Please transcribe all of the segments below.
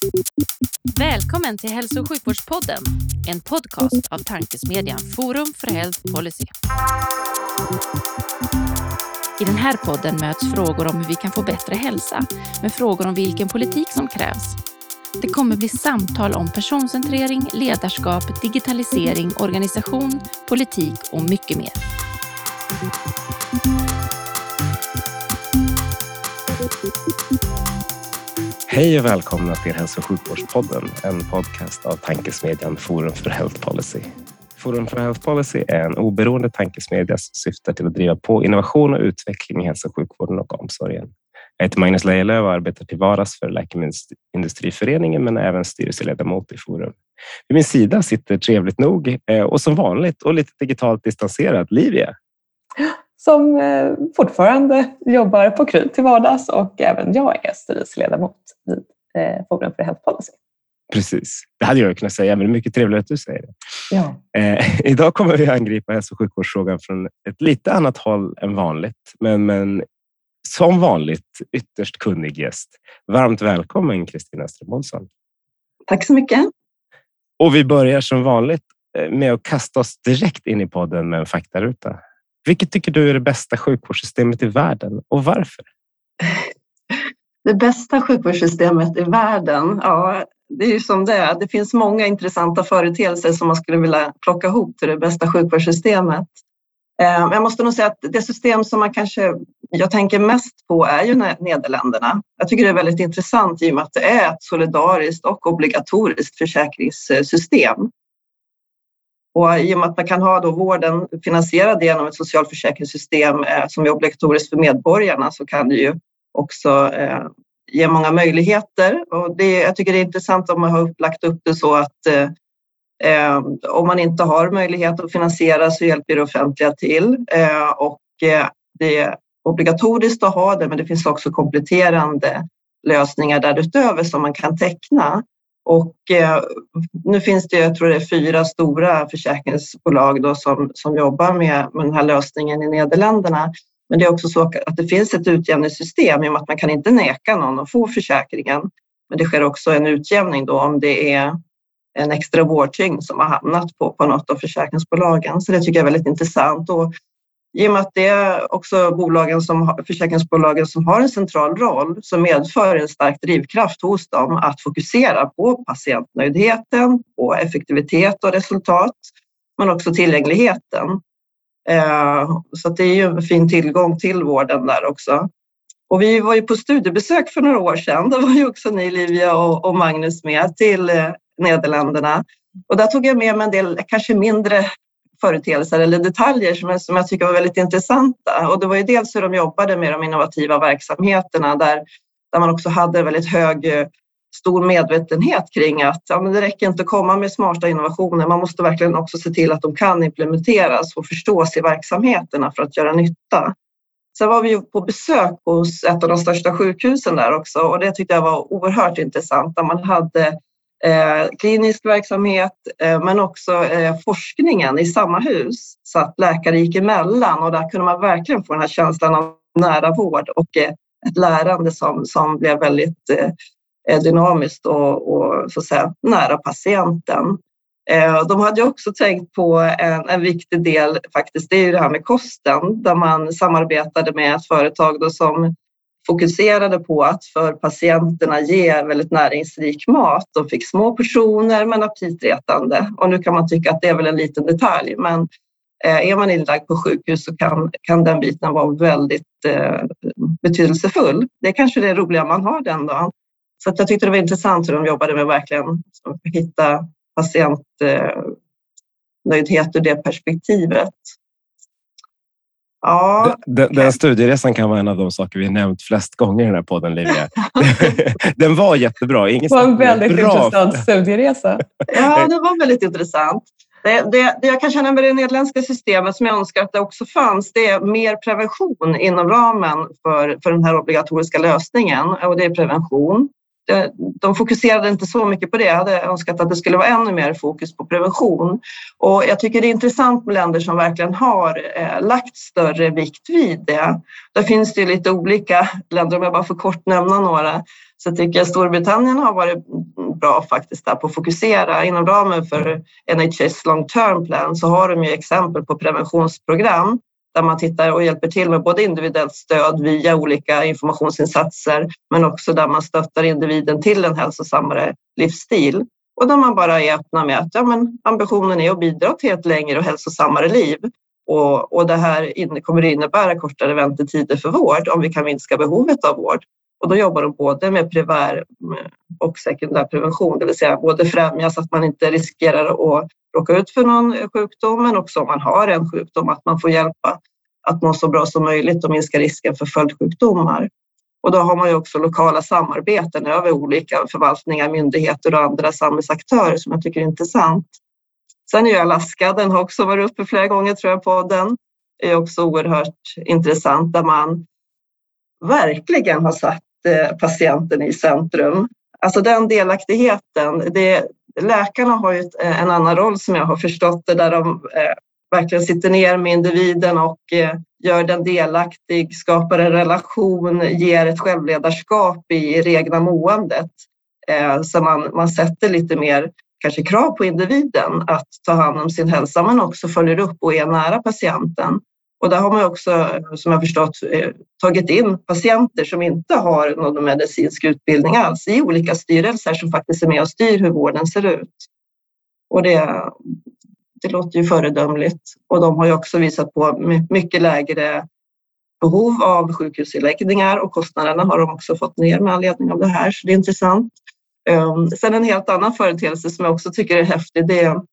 Välkommen till Hälso- och sjukvårdspodden, en podcast av tankesmedjan Forum för Health Policy. I den här podden möts frågor om hur vi kan få bättre hälsa med frågor om vilken politik som krävs. Det kommer bli samtal om personcentrering, ledarskap, digitalisering, organisation, politik och mycket mer. Hej och välkomna till Hälso- och sjukvårdspodden, en podcast av tankesmedjan Forum för Health Policy. Forum för Health Policy är en oberoende tankesmedja som syftar till att driva på innovation och utveckling i hälso- och sjukvården och omsorgen. Jag heter Magnus Lejelöw och arbetar till vardags för Läkemedelsindustriföreningen men även styrelseledamot i Forum. Vid min sida sitter trevligt nog och som vanligt och lite digitalt distanserad Livia. Som fortfarande jobbar på KRY till vardags och även jag är styrelseledamot vid Forum för Health Policy. Precis, det hade jag kunnat säga, men det är mycket trevligt att du säger det. Ja. Idag kommer vi att angripa hälso- och sjukvårdsfrågan från ett lite annat håll än vanligt, men som vanligt ytterst kunnig gäst. Varmt välkommen Kristina Ström-Olsson. Tack så mycket. Och vi börjar som vanligt med att kasta oss direkt in i podden med en faktaruta. Vilket tycker du är det bästa sjukvårdssystemet i världen och varför? Det bästa sjukvårdssystemet i världen, ja, det är ju som det är. Det finns många intressanta företeelser som man skulle vilja plocka ihop till det bästa sjukvårdssystemet. Men jag måste nog säga att det system som jag tänker mest på är ju Nederländerna. Jag tycker det är väldigt intressant i och med att det är ett solidariskt och obligatoriskt försäkringssystem. Och i och med att man kan ha då vården finansierad genom ett socialförsäkringssystem som är obligatoriskt för medborgarna så kan det ju också ge många möjligheter. Och jag tycker det är intressant om man har lagt upp det så att om man inte har möjlighet att finansiera så hjälper det offentliga till. Det är obligatoriskt att ha det, men det finns också kompletterande lösningar därutöver som man kan teckna. Och nu finns det, jag tror det är 4 stora försäkringsbolag då som jobbar med den här lösningen i Nederländerna. Men det är också så att det finns ett utjämningssystem i och med att man kan inte neka någon att få försäkringen. Men det sker också en utjämning då om det är en extra vårdtyngd som har hamnat på något av försäkringsbolagen. Så det tycker jag är väldigt intressant. Och i och med att det är också försäkringsbolagen som har en central roll så medför en stark drivkraft hos dem att fokusera på patientnöjdheten, på effektivitet och resultat, men också tillgängligheten. Så att det är ju en fin tillgång till vården där också. Och vi var ju på studiebesök för några år sedan. Det var ju också ni, Livia och Magnus, med till Nederländerna. Och där tog jag med mig en del kanske mindre företeelser eller detaljer som jag tycker var väldigt intressanta. Och det var ju dels hur de jobbade med de innovativa verksamheterna där man också hade väldigt stor medvetenhet kring att men det räcker inte att komma med smarta innovationer. Man måste verkligen också se till att de kan implementeras och förstås i verksamheterna för att göra nytta. Sen var vi ju på besök hos ett av de största sjukhusen där också och det tyckte jag var oerhört intressant där man hade klinisk verksamhet men också forskningen i samma hus så att läkare gick emellan och där kunde man verkligen få den här känslan av nära vård och ett lärande som blev väldigt dynamiskt och så att säga nära patienten. De hade också tänkt på en viktig del faktiskt, det är ju det här med kosten där man samarbetade med ett företag då som fokuserade på att för patienterna ge väldigt näringsrik mat. De fick små portioner men aptitretande. Och nu kan man tycka att det är väl en liten detalj. Men är man inlagd på sjukhus så kan den biten vara väldigt betydelsefull. Det är kanske det roliga man har den dagen. Så att jag tyckte det var intressant hur de jobbade med verkligen att hitta patientnöjdhet ur det perspektivet. Ja, den studieresan kan vara en av de saker vi nämnt flest gånger i den här podden, Livia. Den var jättebra. Det var en väldigt intressant studieresa. Ja, det var väldigt intressant. Det jag kan känna med det nederländska systemet som jag önskar att det också fanns, det är mer prevention inom ramen för den här obligatoriska lösningen. Och det är prevention. De fokuserade inte så mycket på det. Jag hade önskat att det skulle vara ännu mer fokus på prevention. Och jag tycker det är intressant med länder som verkligen har lagt större vikt vid det. Där finns det ju lite olika länder, om jag bara får kort nämna några. Så tycker jag Storbritannien har varit bra faktiskt där på att fokusera. Inom ramen för NHS long term plan så har de ju exempel på preventionsprogram där man tittar och hjälper till med både individuellt stöd via olika informationsinsatser men också där man stöttar individen till en hälsosammare livsstil. Och där man bara är öppna med att ambitionen är att bidra till ett längre och hälsosammare liv. Och det här kommer att innebära kortare väntetider för vård om vi kan minska behovet av vård. Och då jobbar de både med primär och sekundär prevention, det vill säga både främja så att man inte riskerar att råka ut för någon sjukdom men också om man har en sjukdom att man får hjälpa att må så bra som möjligt och minska risken för följdsjukdomar. Och då har man ju också lokala samarbeten över olika förvaltningar, myndigheter och andra samhällsaktörer som jag tycker är intressant. Sen är ju Alaska, den har också varit uppe flera gånger tror jag på den. Det är också oerhört intressant där man verkligen har satt patienten i centrum. Alltså den delaktigheten, läkarna har ju en annan roll som jag har förstått det där de verkligen sitter ner med individen och gör den delaktig, skapar en relation, ger ett självledarskap i det egna måendet. Så man sätter lite mer kanske krav på individen att ta hand om sin hälsa men också följer upp och är nära patienten. Och där har man också, som jag förstått, tagit in patienter som inte har någon medicinsk utbildning alls i olika styrelser som faktiskt är med och styr hur vården ser ut. Och det låter ju föredömligt. Och de har ju också visat på mycket lägre behov av sjukhusinläggningar och kostnaderna har de också fått ner med anledning av det här. Så det är intressant. Sen en helt annan företeelse som jag också tycker är häftig, det är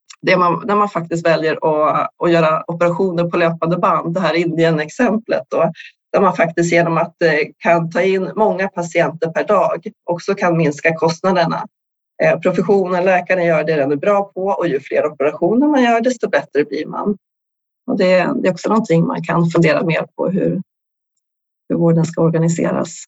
när man faktiskt väljer att göra operationer på löpande band, det här Indien-exemplet då, där man faktiskt genom att kan ta in många patienter per dag också kan minska kostnaderna. Professionen, läkarna gör det den är bra på och ju fler operationer man gör desto bättre blir man. Och det är också någonting man kan fundera mer på hur vården ska organiseras.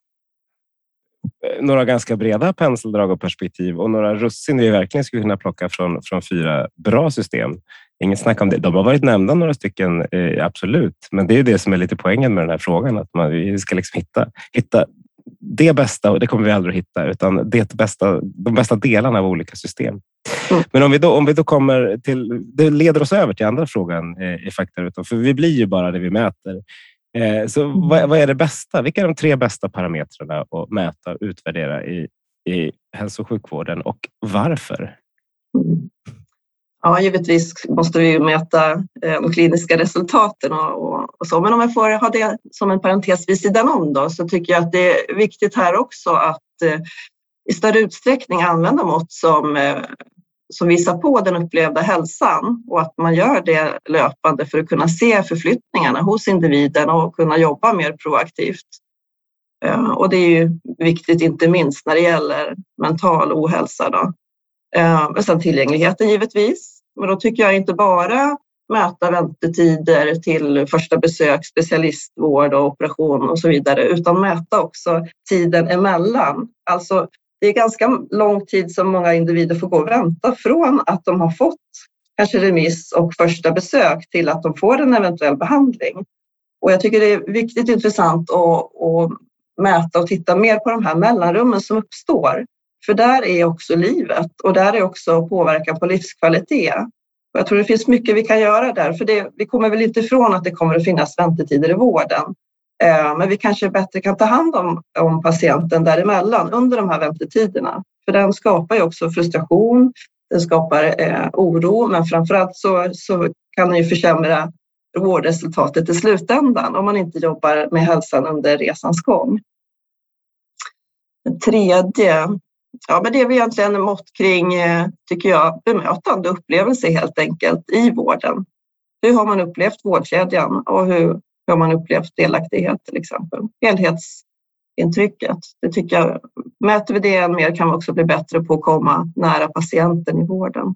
Några ganska breda penseldrag och perspektiv och några russin vi verkligen skulle kunna plocka från 4 bra system. Inget snack om det. De har varit nämnda några stycken, absolut. Men det är det som är lite poängen med den här frågan. Att vi ska liksom hitta det bästa, och det kommer vi aldrig att hitta, utan de bästa delarna av olika system. Men om vi då kommer till, det leder oss över till andra frågan i faktarutan, för vi blir ju bara det vi mäter. Så vad är det bästa? Vilka är de 3 bästa parametrarna att mäta och utvärdera i hälso- och sjukvården och varför? Ja, givetvis måste vi mäta de kliniska resultaten och så. Men om jag får ha det som en parentes vid sidan om då, så tycker jag att det är viktigt här också att i större utsträckning använda mått som visar på den upplevda hälsan och att man gör det löpande för att kunna se förflyttningarna hos individen och kunna jobba mer proaktivt. Och det är ju viktigt inte minst när det gäller mental ohälsa då. Men sen tillgängligheten givetvis. Men då tycker jag inte bara mäta väntetider till första besök, specialistvård och operation och så vidare, utan mäta också tiden emellan. Alltså det är ganska lång tid som många individer får gå och vänta från att de har fått kanske remiss och första besök till att de får en eventuell behandling. Och jag tycker det är viktigt intressant att mäta och titta mer på de här mellanrummen som uppstår. För där är också livet och där är också påverkan på livskvalitet. Och jag tror det finns mycket vi kan göra där, för vi kommer väl inte ifrån att det kommer att finnas väntetider i vården. Men vi kanske bättre kan ta hand om patienten däremellan under de här väntetiderna. För den skapar ju också frustration, den skapar oro, men framförallt så kan den ju försämra vårdresultatet i slutändan om man inte jobbar med hälsan under resans gång. Det tredje, men det är väl egentligen en mått kring, tycker jag, bemötande upplevelse helt enkelt i vården. Hur har man upplevt vårdkedjan och hur har man upplevt delaktighet till exempel? Helhetsintrycket, det tycker jag, mäter vi det än mer kan vi också bli bättre på att komma nära patienten i vården.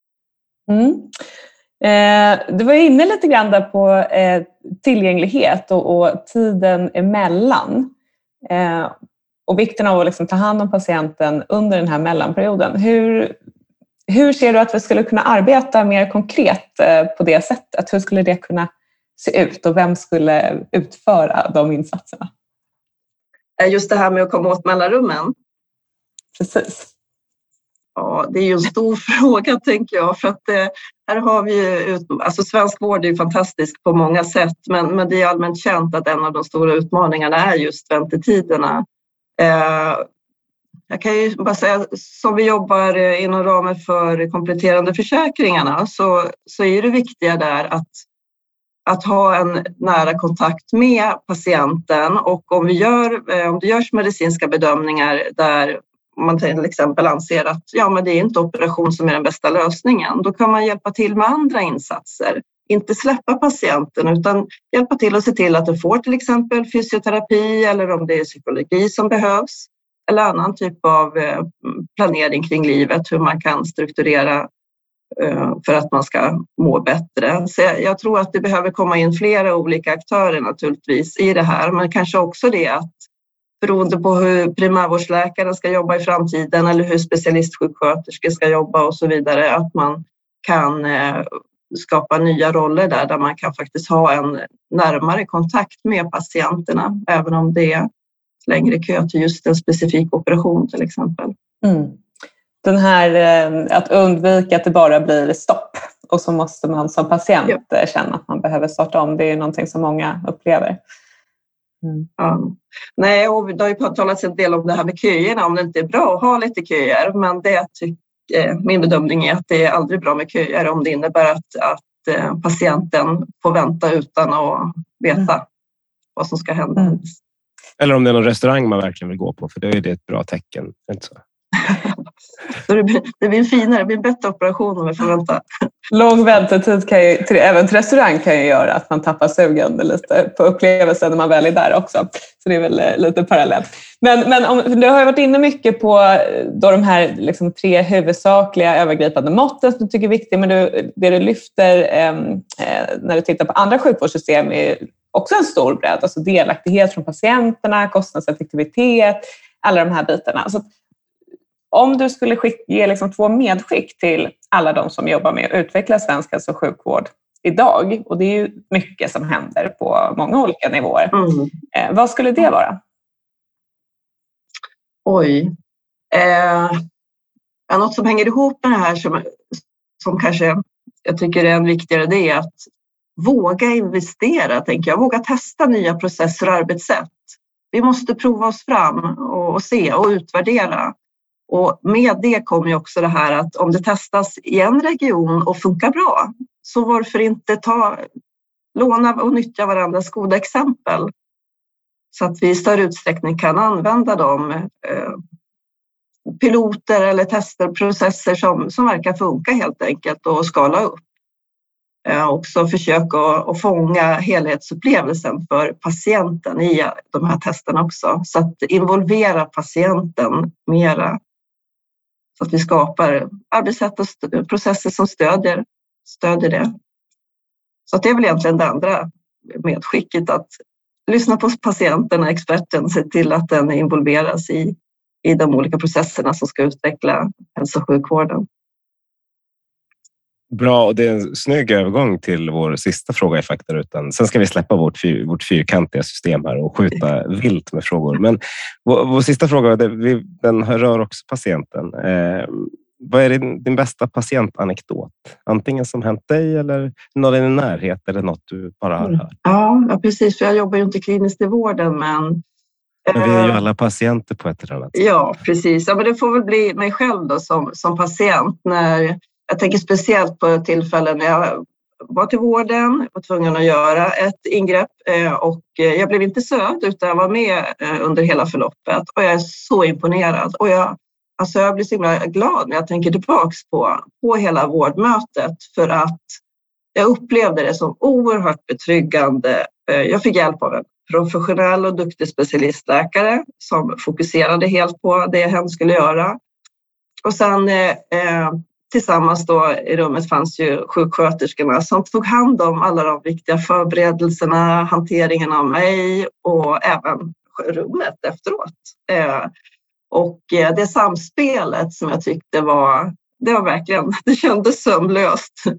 Du var inne lite grann där på tillgänglighet och tiden emellan. Och vikten av att liksom ta hand om patienten under den här mellanperioden. Hur ser du att vi skulle kunna arbeta mer konkret på det sättet? Hur skulle det kunna se ut och vem skulle utföra de insatserna? Just det här med att komma åt mellanrummen. Precis. Ja, det är ju en stor fråga tänker jag, för att här har vi ju, alltså svensk vård är ju fantastisk på många sätt, men det är allmänt känt att en av de stora utmaningarna är just väntetiderna. Jag kan ju bara säga, som vi jobbar inom ramen för kompletterande försäkringarna så är det viktiga där att ha en nära kontakt med patienten, och om det görs medicinska bedömningar där man till exempel anser att men det är inte operation som är den bästa lösningen, då kan man hjälpa till med andra insatser. Inte släppa patienten utan hjälpa till och se till att den får till exempel fysioterapi, eller om det är psykologi som behövs, eller annan typ av planering kring livet, hur man kan strukturera för att man ska må bättre. Så jag tror att det behöver komma in flera olika aktörer naturligtvis i det här, men kanske också det att beroende på hur primärvårdsläkaren ska jobba i framtiden eller hur specialistsjuksköterskor ska jobba och så vidare, att man kan skapa nya roller där man kan faktiskt ha en närmare kontakt med patienterna, även om det är längre kö till just en specifik operation till exempel. Den här att undvika att det bara blir stopp, och så måste man som patient känna att man behöver starta om. Det är någonting som många upplever. Ja. Nej, och det har ju talats en del om det här med köerna, om det inte är bra att ha lite köer, men min bedömning är att det är aldrig bra med köer om det innebär att patienten får vänta utan att veta vad som ska hända. Eller om det är någon restaurang man verkligen vill gå på, för då är det ett bra tecken. Inte så? Så det blir finare, det blir en bättre operation om vi får vänta. Lång väntetid även till restaurang kan ju göra att man tappar sugen lite på upplevelsen när man väl är där också. Så det är väl lite parallellt. Men du har ju varit inne mycket på då de här liksom 3 huvudsakliga övergripande måtten som du tycker är viktiga, men det du lyfter när du tittar på andra sjukvårdssystem är också en stor bredd. Alltså delaktighet från patienterna, kostnadseffektivitet, alla de här bitarna. Så om du skulle ge liksom 2 medskick till alla de som jobbar med att utveckla svensk hälso- och sjukvård idag, och det är ju mycket som händer på många olika nivåer. Vad skulle det vara? Något som hänger ihop med det här som kanske jag tycker är en viktigare, det är att våga investera, tänker jag. Våga testa nya processer och arbetssätt. Vi måste prova oss fram och se och utvärdera. Och med det kommer ju också det här att om det testas i en region och funkar bra, så varför inte låna och nyttja varandras goda exempel, så att vi i större utsträckning kan använda de piloter eller tester, processer som verkar funka helt enkelt, och skala upp. Också försöka att fånga helhetsupplevelsen för patienten i de här testerna också, så att involvera patienten mera. Så att vi skapar arbetssätt och processer som stödjer det. Så att det är väl egentligen det andra medskicket, att lyssna på patienten och experten, se till att den involveras i de olika processerna som ska utveckla hälso- och sjukvården. Bra, och det är en snygg övergång till vår sista fråga i faktarutan. Sen ska vi släppa vårt fyrkantiga system här och skjuta vilt med frågor. Men vår sista fråga, den rör också patienten. Vad är din bästa patientanekdot? Antingen som hänt dig eller någon i din närhet eller något du bara har hört. Ja, precis. För jag jobbar ju inte kliniskt i vården, men vi är ju alla patienter på ett eller annat sätt. Ja, precis. Ja, men det får väl bli mig själv då som patient. Jag tänker speciellt på tillfällen när jag var till vården, var tvungen att göra ett ingrepp och jag blev inte sövd utan jag var med under hela förloppet, och jag är så imponerad. Och jag blir så himla glad när jag tänker tillbaka på hela vårdmötet, för att jag upplevde det som oerhört betryggande. Jag fick hjälp av en professionell och duktig specialistläkare som fokuserade helt på det hen skulle göra. Och sen tillsammans då i rummet fanns ju sjuksköterskorna som tog hand om alla de viktiga förberedelserna, hanteringen av mig och även rummet efteråt. Och det samspelet som jag tyckte det var verkligen, det kändes sömlöst.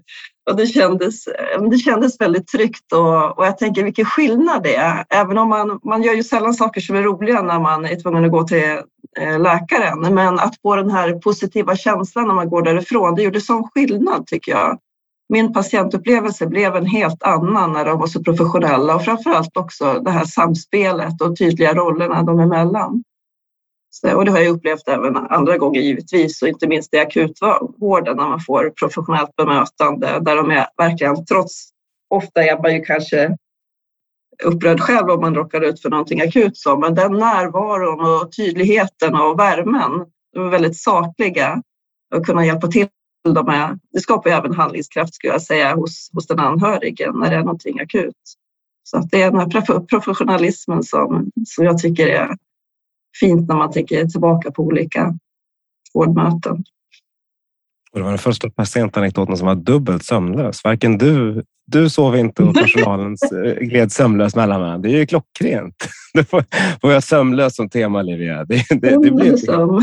Och det kändes väldigt tryggt och jag tänker vilken skillnad det är. Även om man gör ju sällan saker som är roliga när man är tvungen att gå till läkaren. Men att få den här positiva känslan när man går därifrån, det gjorde sån skillnad tycker jag. Min patientupplevelse blev en helt annan när de var så professionella och framförallt också det här samspelet och tydliga rollerna de emellan. Och det har jag upplevt även andra gånger givetvis och inte minst i akutvården när man får professionellt bemötande där de är verkligen, trots ofta är man ju kanske upprörd själv om man råkar ut för någonting akut så, men den närvaron och tydligheten och värmen, de är väldigt sakliga och kunna hjälpa till dem med. Det skapar ju även handlingskraft skulle jag säga hos den anhöriga när det är någonting akut. Så att det är den här professionalismen som jag tycker är fint när man tänker tillbaka på olika vårdmöten. Och det var den första patientanekdoten som var dubbelt sömnlös. Varken du sov inte och personalen gled sömnlös mellan varandra. Det är ju klockrent. Du får vara sömnlös som tema, Livia. Det blir inte.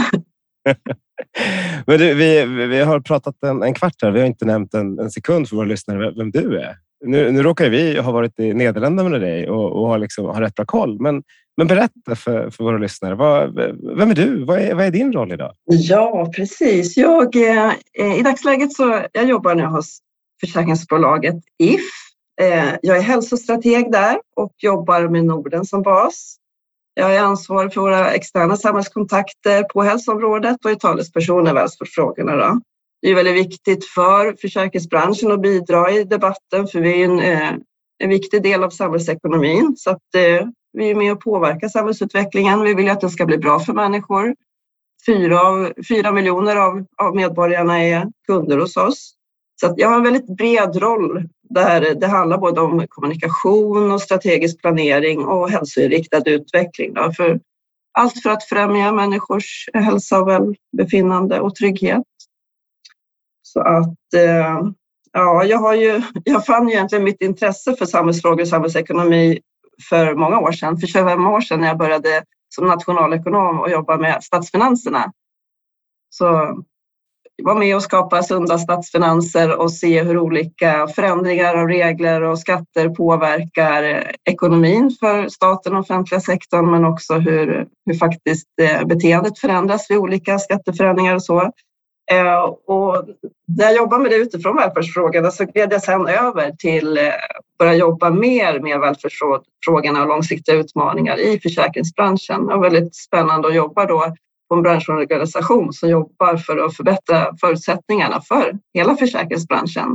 Men vi har pratat en kvart här. Vi har inte nämnt en sekund för våra lyssnare vem du är. Nu råkar vi ha varit i Nederländerna med dig och har rätt bra koll. Men berätta för våra lyssnare. Vem är du? Vad är din roll idag? Ja, precis. I dagsläget så jag jobbar nu hos försäkringsbolaget If. Jag är hälsostrateg där och jobbar med Norden som bas. Jag är ansvarig för våra externa samhällskontakter på hälsoområdet och är talesperson i välfärdsfrågorna då. Det är väldigt viktigt för försäkringsbranschen att bidra i debatten för vi är en viktig del av samhällsekonomin så att vi är med och påverkar samhällsutvecklingen. Vi vill att det ska bli bra för människor. 4 miljoner av medborgarna är kunder hos oss. Så att jag har en väldigt bred roll där det handlar både om kommunikation och strategisk planering och hälsoinriktad utveckling. Då, allt för att främja människors hälsa och välbefinnande och trygghet. Så att jag fann ju egentligen mitt intresse för samhällsfrågor och samhällsekonomi för många år sedan. För 25 år sedan när jag började som nationalekonom och jobba med statsfinanserna. Så jag var med och skapa sunda statsfinanser och se hur olika förändringar av regler och skatter påverkar ekonomin för staten och offentliga sektorn men också hur faktiskt beteendet förändras vid olika skatteförändringar och så. Och när jag jobbar med det utifrån välfärdsfrågorna så gled jag sedan över till börja jobba mer med välfärdsfrågorna och långsiktiga utmaningar i försäkringsbranschen. Det var väldigt spännande att jobba då på en branschorganisation som jobbar för att förbättra förutsättningarna för hela försäkringsbranschen.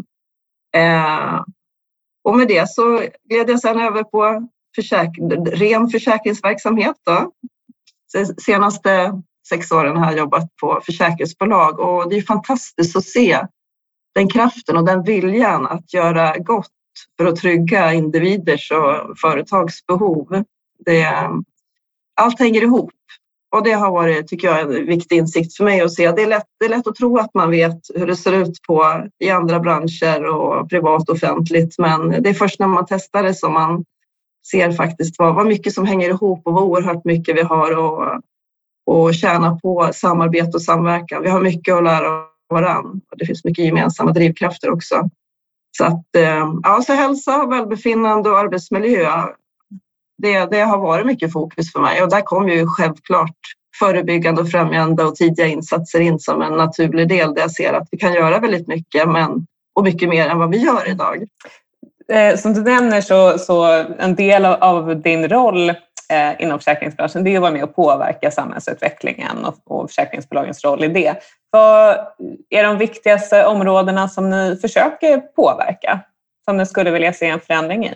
Och med det så gled jag sedan över på ren försäkringsverksamhet då. Senaste 6 åren har jag jobbat på försäkringsbolag och det är fantastiskt att se den kraften och den viljan att göra gott för att trygga individers och företags behov. Allt hänger ihop och det har varit, tycker jag, en viktig insikt för mig att se. Det är lätt att tro att man vet hur det ser ut i andra branscher och privat och offentligt, men det är först när man testar det som man ser faktiskt vad mycket som hänger ihop och vad oerhört mycket vi har och tjäna på samarbete och samverkan. Vi har mycket att lära av varandra och det finns mycket gemensamma drivkrafter också. Så att så hälsa, välbefinnande och arbetsmiljö, det har varit mycket fokus för mig och där kommer ju självklart förebyggande och främjande och tidiga insatser in som en naturlig del där jag ser att vi kan göra väldigt mycket och mycket mer än vad vi gör idag. Som du nämner så en del av din roll inom försäkringsbranschen, det är att vara med och påverka samhällsutvecklingen och försäkringsbolagens roll i det. Vad är de viktigaste områdena som ni försöker påverka, som ni skulle vilja se en förändring i?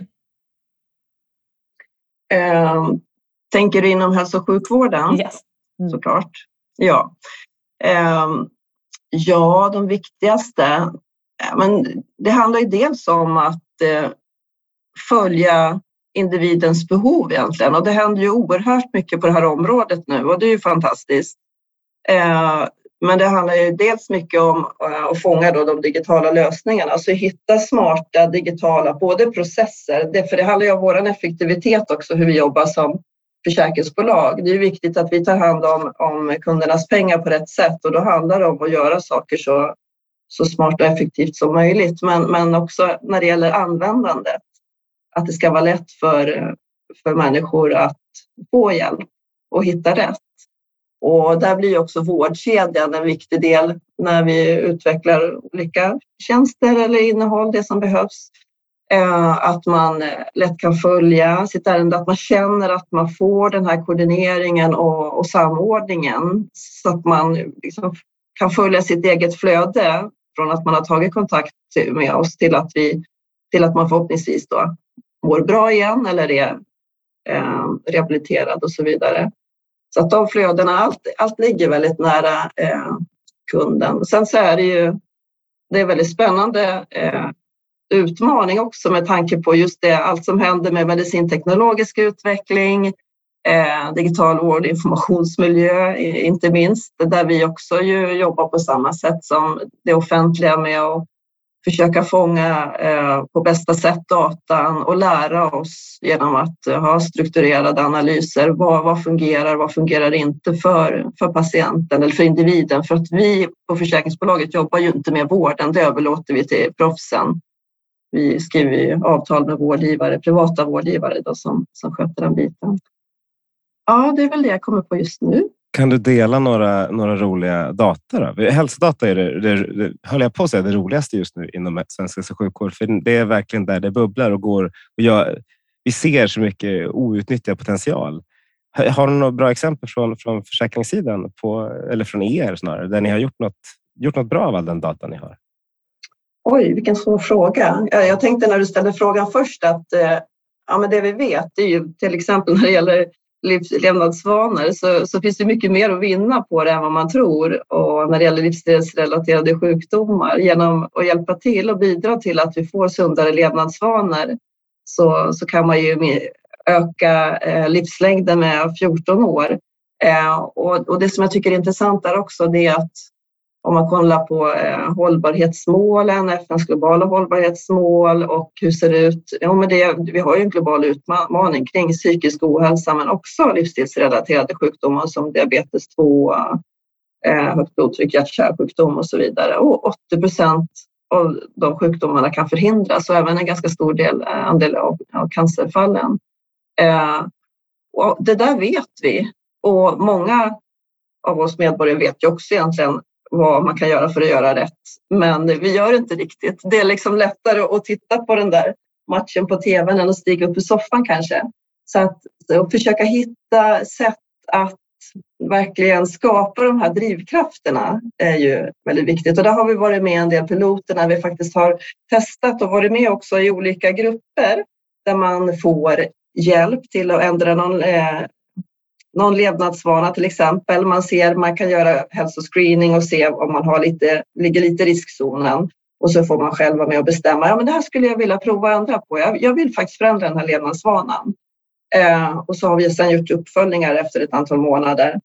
Tänker du inom hälso- och sjukvården? Yes. Såklart. Ja. Ja, de viktigaste. Men det handlar ju dels om att följa individens behov egentligen. Och det händer ju oerhört mycket på det här området nu och det är ju fantastiskt. Men det handlar ju dels mycket om att fånga då de digitala lösningarna. Alltså hitta smarta digitala både processer. För det handlar ju om vår effektivitet också, hur vi jobbar som försäkringsbolag. Det är ju viktigt att vi tar hand om kundernas pengar på rätt sätt och då handlar det om att göra saker så så smart och effektivt som möjligt. Men också när det gäller användandet, att det ska vara lätt för människor att få hjälp och hitta rätt. Och där blir också vårdkedjan en viktig del när vi utvecklar olika tjänster eller innehåll, det som behövs. Att man lätt kan följa sitt ärende, att man känner att man får den här koordineringen och samordningen så att man liksom kan följa sitt eget flöde från att man har tagit kontakt med oss till att man förhoppningsvis då mår bra igen eller är rehabiliterad och så vidare. Så att de flödena, allt ligger väldigt nära kunden. Sen så är det är väldigt spännande utmaning också med tanke på just det, allt som händer med medicinteknologisk utveckling, digital vård, informationsmiljö inte minst, där vi också ju jobbar på samma sätt som det offentliga med att försöka fånga på bästa sätt datan och lära oss genom att ha strukturerade analyser. Vad fungerar inte för patienten eller för individen? För att vi på försäkringsbolaget jobbar ju inte med vården, det överlåter vi till proffsen. Vi skriver ju avtal med vårdgivare, privata vårdgivare då, som sköter den biten. Ja, det är väl det jag kommer på just nu. Kan du dela några roliga data då? Hälsodata är det höll jag på att säga, det roligaste just nu inom svensk hälso- och sjukvård. För det är verkligen där det bubblar och går. Vi ser så mycket outnyttjad potential. Har du några bra exempel från försäkringssidan eller från er snarare, där ni har gjort något bra av all den datan ni har? Oj, vilken svår fråga. Jag tänkte när du ställde frågan först att men det vi vet är ju till exempel när det gäller levnadsvanor så finns det mycket mer att vinna på det än vad man tror. Och när det gäller livsstilsrelaterade sjukdomar, genom att hjälpa till och bidra till att vi får sundare levnadsvanor så kan man ju öka livslängden med 14 år. Och det som jag tycker är intressant där också, det är att om man kollar på hållbarhetsmålen, FN:s globala hållbarhetsmål och hur ser det ut? Ja, men vi har ju en global utmaning kring psykisk ohälsa men också livsstilsrelaterade sjukdomar som diabetes 2, högt blodtryck, hjärt-kärlsjukdom och så vidare. Och 80% av de sjukdomarna kan förhindras och även en ganska stor andel av cancerfallen. Och det där vet vi och många av oss medborgare vet ju också egentligen vad man kan göra för att göra rätt. Men vi gör inte riktigt. Det är liksom lättare att titta på den där matchen på tvn än att stiga upp i soffan kanske. Så att försöka hitta sätt att verkligen skapa de här drivkrafterna är ju väldigt viktigt. Och där har vi varit med en del piloter när vi faktiskt har testat och varit med också i olika grupper där man får hjälp till att ändra någon levnadsvana till exempel. Man kan göra hälsoscreening och se om man ligger lite i riskzonen. Och så får man själv vara med och bestämma. Ja, men det här skulle jag vilja prova att ändra på. Jag vill faktiskt förändra den här levnadsvanan. Och så har vi sedan gjort uppföljningar efter ett antal månader.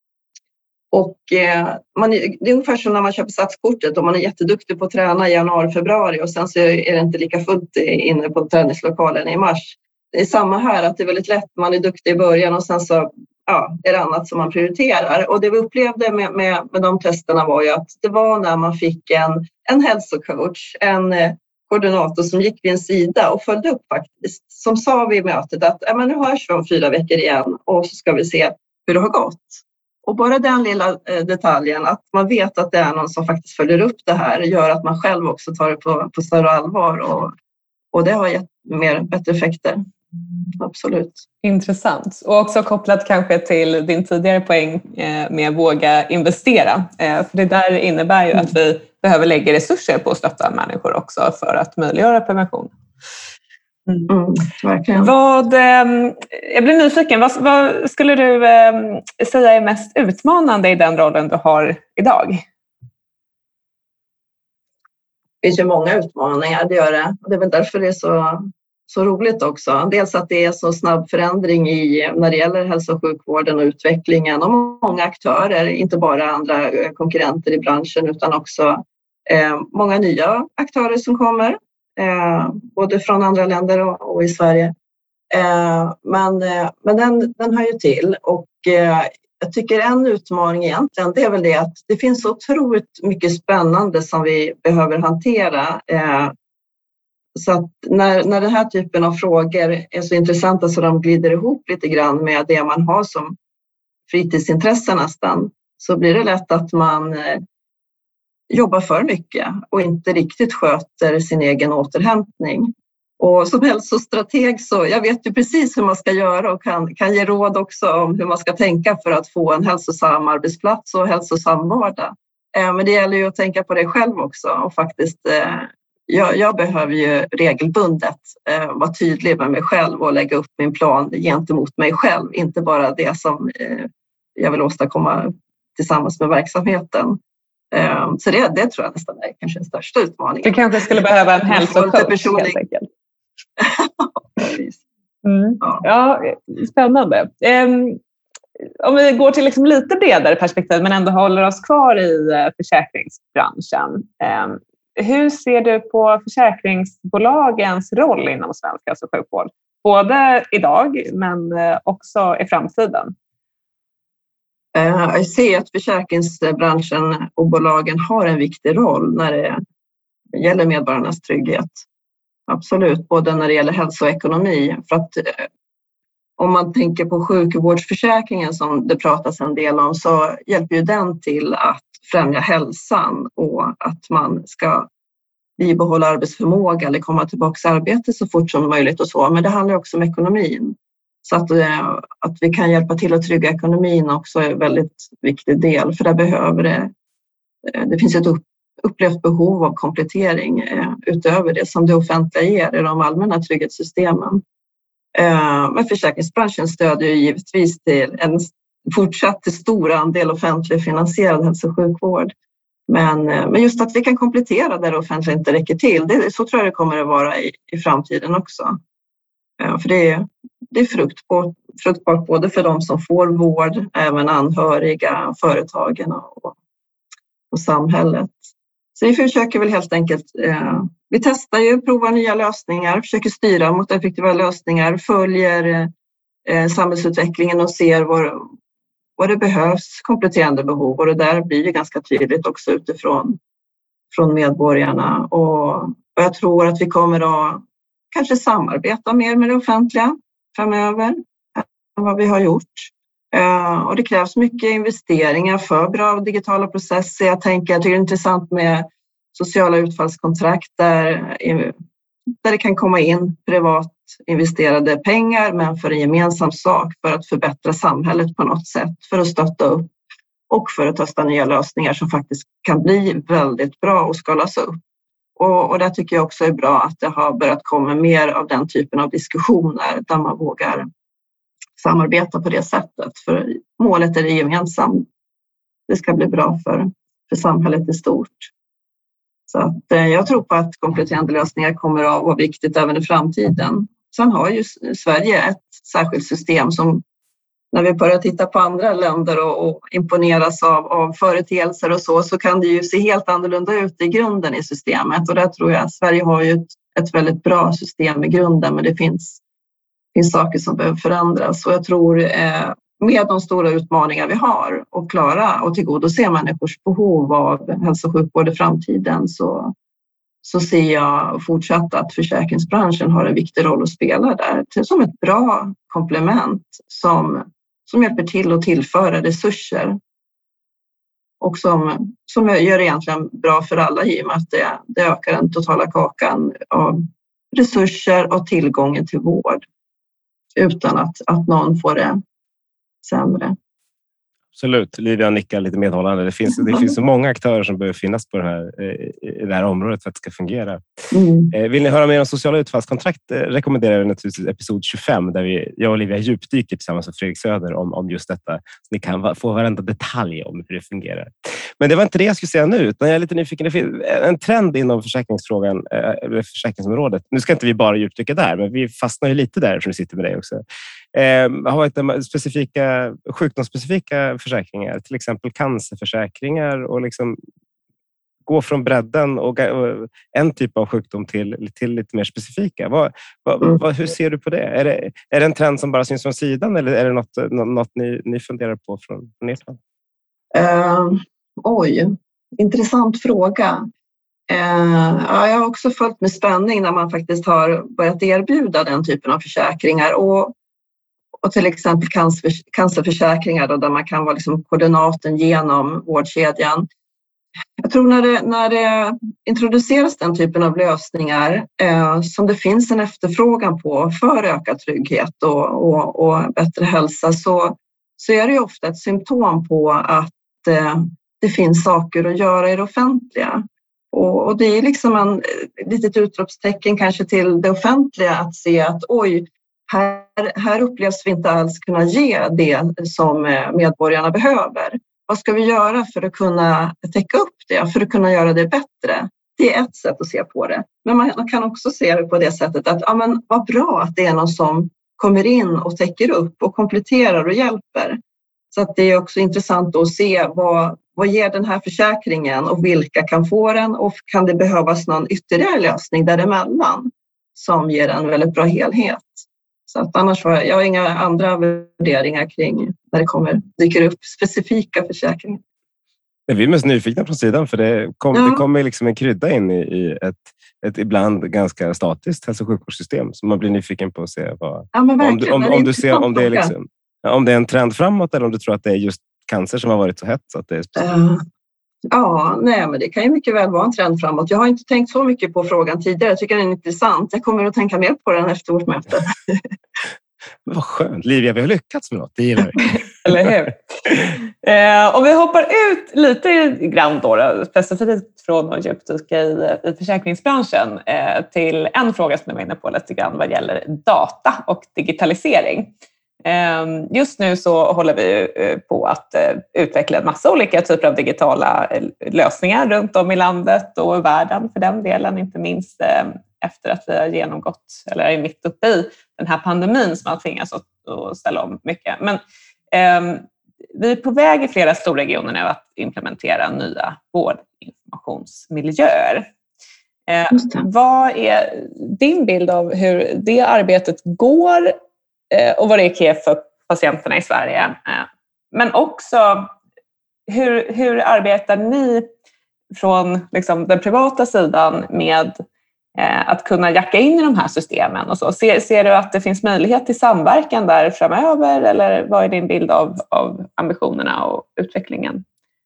Och det är ungefär som när man köper satskortet och man är jätteduktig på att träna i januari, februari och sen så är det inte lika fullt inne på träningslokalen i mars. Det är samma här, att det är väldigt lätt, man är duktig i början och sen så är det annat som man prioriterar. Och det vi upplevde med de testerna var ju att det var när man fick en hälsocoach, en koordinator som gick vid en sida och följde upp faktiskt. Som sa vid mötet att men nu hörs vi om 4 veckor igen och så ska vi se hur det har gått. Och bara den lilla detaljen, att man vet att det är någon som faktiskt följer upp det här, gör att man själv också tar det på större allvar. Och det har gett bättre effekter. Absolut. Intressant. Och också kopplat kanske till din tidigare poäng med våga investera. För det där innebär ju att vi behöver lägga resurser på att stötta människor också för att möjliggöra prevention. Verkligen. Jag blir nyfiken. Vad skulle du säga är mest utmanande i den rollen du har idag? Det finns ju många utmaningar, det gör det. Det är väl därför det är så roligt också. Dels att det är så snabb förändring när det gäller hälso- och sjukvården och utvecklingen och många aktörer, inte bara andra konkurrenter i branschen utan också många nya aktörer som kommer, både från andra länder och i Sverige. Men den hör ju till och jag tycker en utmaning egentligen, det är väl det att det finns så otroligt mycket spännande som vi behöver hantera. Så att när den här typen av frågor är så intressanta så de glider ihop lite grann med det man har som fritidsintresse nästan, så blir det lätt att man jobbar för mycket och inte riktigt sköter sin egen återhämtning. Och som hälsostrateg så jag vet ju precis hur man ska göra och kan ge råd också om hur man ska tänka för att få en hälsosam arbetsplats och hälsosam vardag. Men det gäller ju att tänka på det själv också och faktiskt jag behöver ju regelbundet vara tydlig med mig själv och lägga upp min plan gentemot mig själv, inte bara det som jag vill åstadkomma tillsammans med verksamheten. Så det tror jag nästan är kanske den största utmaningen. Du kanske skulle behöva en hälsocoach helt enkelt. Ja, spännande. Om vi går till liksom lite bredare perspektiv men ändå håller oss kvar i försäkringsbranschen. Hur ser du på försäkringsbolagens roll inom svensk hälso- och sjukvård? Både idag men också i framtiden. Jag ser att försäkringsbranschen och bolagen har en viktig roll när det gäller medborgarnas trygghet. Absolut, både när det gäller hälsa och ekonomi. För att om man tänker på sjukvårdsförsäkringen som det pratas en del om så hjälper ju den till att främja hälsan och att man ska bibehålla arbetsförmåga eller komma tillbaka till arbete så fort som möjligt och så. Men det handlar också om ekonomin. Så att vi kan hjälpa till att trygga ekonomin också är en väldigt viktig del. För där behöver det finns ett upplevt behov av komplettering utöver det som det offentliga ger i de allmänna trygghetssystemen. Men försäkringsbranschen stödjer ju givetvis till en fortsatt stor andel offentligt finansierad hälso- och sjukvård. Men just att vi kan komplettera där det offentliga inte räcker till, så tror jag det kommer att vara i framtiden också. För det är fruktbart både för de som får vård, även anhöriga, företagen och samhället. Så vi försöker väl helt enkelt, vi testar ju, provar nya lösningar, försöker styra mot effektiva lösningar, följer samhällsutvecklingen och ser vad det behövs, kompletterande behov. Och det där blir ju ganska tydligt också utifrån medborgarna. Och jag tror att vi kommer att kanske samarbeta mer med det offentliga framöver än vad vi har gjort. Och det krävs mycket investeringar för bra digitala processer. Jag tycker det är intressant med sociala utfallskontrakt där det kan komma in privat investerade pengar men för en gemensam sak för att förbättra samhället på något sätt, för att stötta upp och för att testa nya lösningar som faktiskt kan bli väldigt bra och skalas upp. Och det tycker jag också är bra att det har börjat komma mer av den typen av diskussioner där man vågar samarbeta på det sättet. För målet är det gemensamt. Det ska bli bra för samhället i stort. Så att jag tror på att kompletterande lösningar kommer att vara viktigt även i framtiden. Sen har ju Sverige ett särskilt system som när vi börjar titta på andra länder och imponeras av företeelser och så kan det ju se helt annorlunda ut i grunden i systemet. Och där tror jag att Sverige har ju ett väldigt bra system i grunden, men det finns saker som behöver förändras. Och jag tror med de stora utmaningar vi har och klara och tillgodose människors behov av hälso- och sjukvård i framtiden så ser jag fortsatt att försäkringsbranschen har en viktig roll att spela där som ett bra komplement som hjälper till att tillföra resurser och som gör det egentligen bra för alla i och med att det ökar den totala kakan av resurser och tillgången till vård utan att någon får det sämre. Absolut, Livia nickar lite medhållande. Det finns så många aktörer som behöver finnas på i det här området för att det ska fungera. Vill ni höra mer om sociala utfallskontrakt rekommenderar jag naturligtvis episod 25 där jag och Livia djupdyker tillsammans med Fredrik Söder om just detta. Så ni kan få varenda detalj om hur det fungerar. Men det var inte det jag skulle säga nu, utan jag är lite nyfiken. Det finns en trend inom försäkringsområdet. Nu ska inte vi bara djupdyka där, men vi fastnar ju lite där som vi sitter med dig också. Har varit sjukdomsspecifika försäkringar, till exempel cancerförsäkringar och liksom gå från bredden och en typ av sjukdom till lite mer specifika. Hur ser du på det? Är det en trend som bara syns från sidan eller är det något ni funderar på från ert håll? Intressant fråga. Jag har också följt med spänning när man faktiskt har börjat erbjuda den typen av försäkringar och till exempel cancerförsäkringar då, där man kan vara liksom koordinaten genom vårdkedjan. Jag tror när det introduceras den typen av lösningar som det finns en efterfrågan på för ökad trygghet och bättre hälsa så är det ju ofta ett symptom på att det finns saker att göra i det offentliga. Och det är liksom ett litet utropstecken kanske till det offentliga att se att här upplevs vi inte alls kunna ge det som medborgarna behöver. Vad ska vi göra för att kunna täcka upp det, för att kunna göra det bättre? Det är ett sätt att se på det. Men man kan också se det på det sättet att vad bra att det är någon som kommer in och täcker upp och kompletterar och hjälper. Så att det är också intressant att se vad ger den här försäkringen och vilka kan få den och kan det behövas någon ytterligare lösning däremellan som ger en väldigt bra helhet. Så att annars jag har inga andra värderingar kring när det dyker upp specifika försäkringar. Vi är mest nyfikna från sidan för det kommer liksom en krydda in i ett ibland ganska statiskt hälso- och sjukvårdssystem som man blir nyfiken på att se om du ser om det är liksom, om det är en trend framåt eller om du tror att det är just cancer som har varit så hett så att det är specifikt. Men det kan ju mycket väl vara en trend framåt. Jag har inte tänkt så mycket på frågan tidigare. Jag tycker den är intressant. Jag kommer att tänka mer på den efter vårt möte. Vad skönt. Livia, vi har lyckats med något. Det gillar vi. Eller hur? Om vi hoppar ut lite grann då, specifikt från att djupdyka i försäkringsbranschen till en fråga som jag var inne på lite grann vad gäller data och digitalisering. Just nu så håller vi på att utveckla en massa olika typer av digitala lösningar runt om i landet och i världen för den delen, inte minst efter att vi har genomgått eller är mitt uppe i den här pandemin som har tvingats att ställa om mycket. Men vi är på väg i flera storregioner nu att implementera nya vårdinformationsmiljöer. Vad är din bild av hur det arbetet går och vad det är för patienterna i Sverige? Men också hur arbetar ni från liksom, den privata sidan med att kunna jacka in i de här systemen? Och så? Ser du att det finns möjlighet till samverkan där framöver eller vad är din bild av ambitionerna och utvecklingen?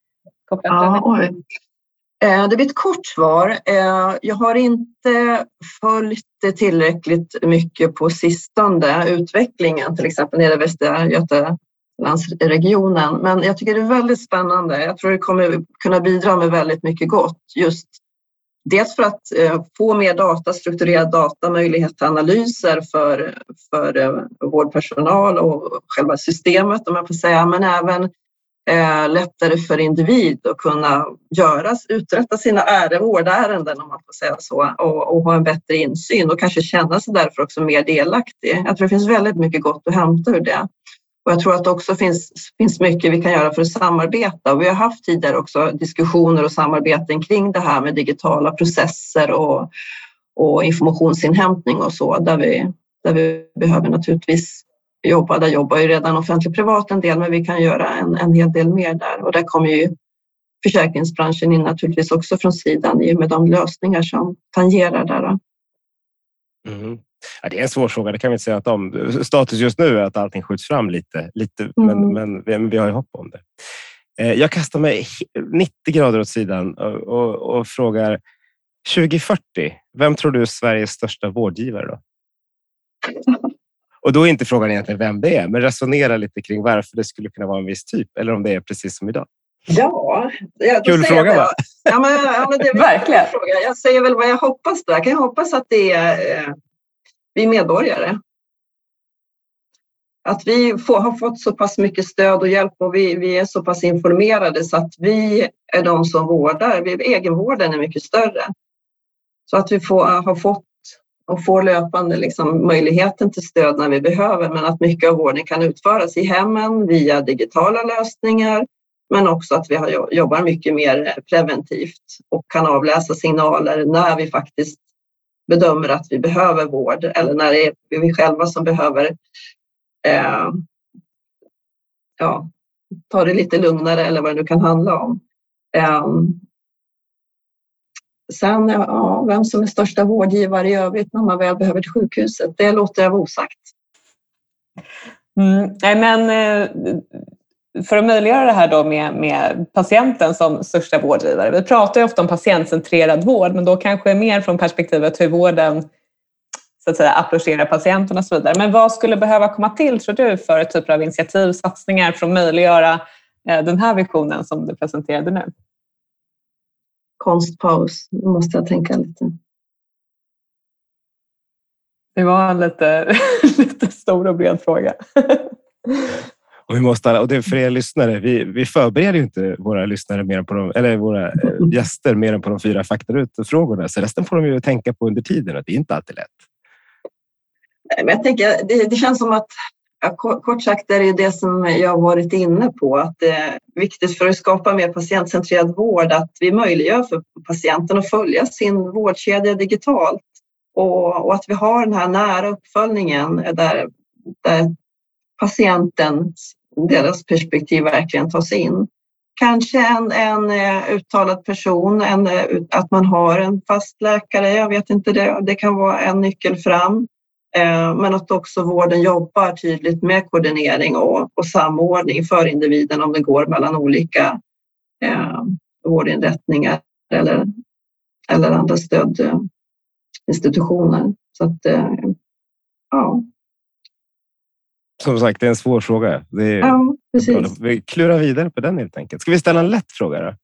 Det blir ett kort svar. Jag har inte följt det tillräckligt mycket på sistone utvecklingen, till exempel nere i Västra Götalandsregionen. Men jag tycker det är väldigt spännande. Jag tror det kommer kunna bidra med väldigt mycket gott. Just dels för att få mer data, strukturerad data, möjlighet till analyser för vårdpersonal och själva systemet om jag får säga, men även lättare för individ att kunna uträtta sina vårdärenden om man får säga så och ha en bättre insyn och kanske känna sig därför också mer delaktig. Jag tror det finns väldigt mycket gott att hämta ur det. Och jag tror att det också finns mycket vi kan göra för att samarbeta. Och vi har haft tidigare också diskussioner och samarbeten kring det här med digitala processer och informationsinhämtning och så där vi behöver naturligtvis jobba. Där jobbar ju redan offentlig-privat en del men vi kan göra en hel del mer där. Och där kommer ju försäkringsbranschen in naturligtvis också från sidan i och med de lösningar som tangerar där. Mm. Ja, det är en svår fråga, det kan vi inte säga att om. Status just nu är att allting skjuts fram lite men vi har ju hopp om det. Jag kastar mig 90 grader åt sidan och frågar 2040, vem tror du är Sveriges största vårdgivare då? Och då är inte frågan egentligen vem det är, men resonera lite kring varför det skulle kunna vara en viss typ eller om det är precis som idag. Ja, kul fråga va? Ja, men det är verkligen fråga. Jag säger väl vad jag hoppas då. Jag kan hoppas att det är vi medborgare. Att vi har fått så pass mycket stöd och hjälp och vi är så pass informerade så att vi är de som vårdar. Egenvården är mycket större. Så att vi har fått och får löpande liksom möjligheten till stöd när vi behöver men att mycket av vården kan utföras i hemmen via digitala lösningar Men också att vi jobbar mycket mer preventivt och kan avläsa signaler när vi faktiskt bedömer att vi behöver vård eller när det är vi själva som behöver ta det lite lugnare eller vad det nu kan handla om. Sen, vem som är största vårdgivare i övrigt när man väl behöver till sjukhuset, det låter jag vara osagt. Nej, men för att möjliggöra det här då med patienten som största vårdgivare. Vi pratar ju ofta om patientcentrerad vård, men då kanske mer från perspektivet hur vården så att säga approcherar patienten och så vidare. Men vad skulle behöva komma till, tror du, för typer av initiativ, satsningar för att möjliggöra den här visionen som du presenterade nu? Konstpaus, nu måste jag tänka lite. Det var en lite stor och bred fråga. Och vi måste, och det är för er lyssnare, vi förbereder ju inte våra lyssnare mer på våra gäster mer än på de 4 faktaruta-frågorna, så resten får de ju tänka på under tiden, och det är inte alltid lätt. Men jag tänker, det känns som att kort sagt är det det som jag har varit inne på, att det är viktigt för att skapa mer patientcentrerad vård att vi möjliggör för patienten att följa sin vårdkedja digitalt och att vi har den här nära uppföljningen där deras perspektiv verkligen tas in. Kanske en uttalad person, att man har en fast läkare, jag vet inte, det kan vara en nyckel fram. Men att också vården jobbar tydligt med koordinering och samordning för individen om det går mellan olika vårdinrättningar eller andra stödinstitutioner. Så att, Som sagt, det är en svår fråga. Ja, precis. Vi klurar vidare på den helt enkelt. Ska vi ställa en lätt fråga då?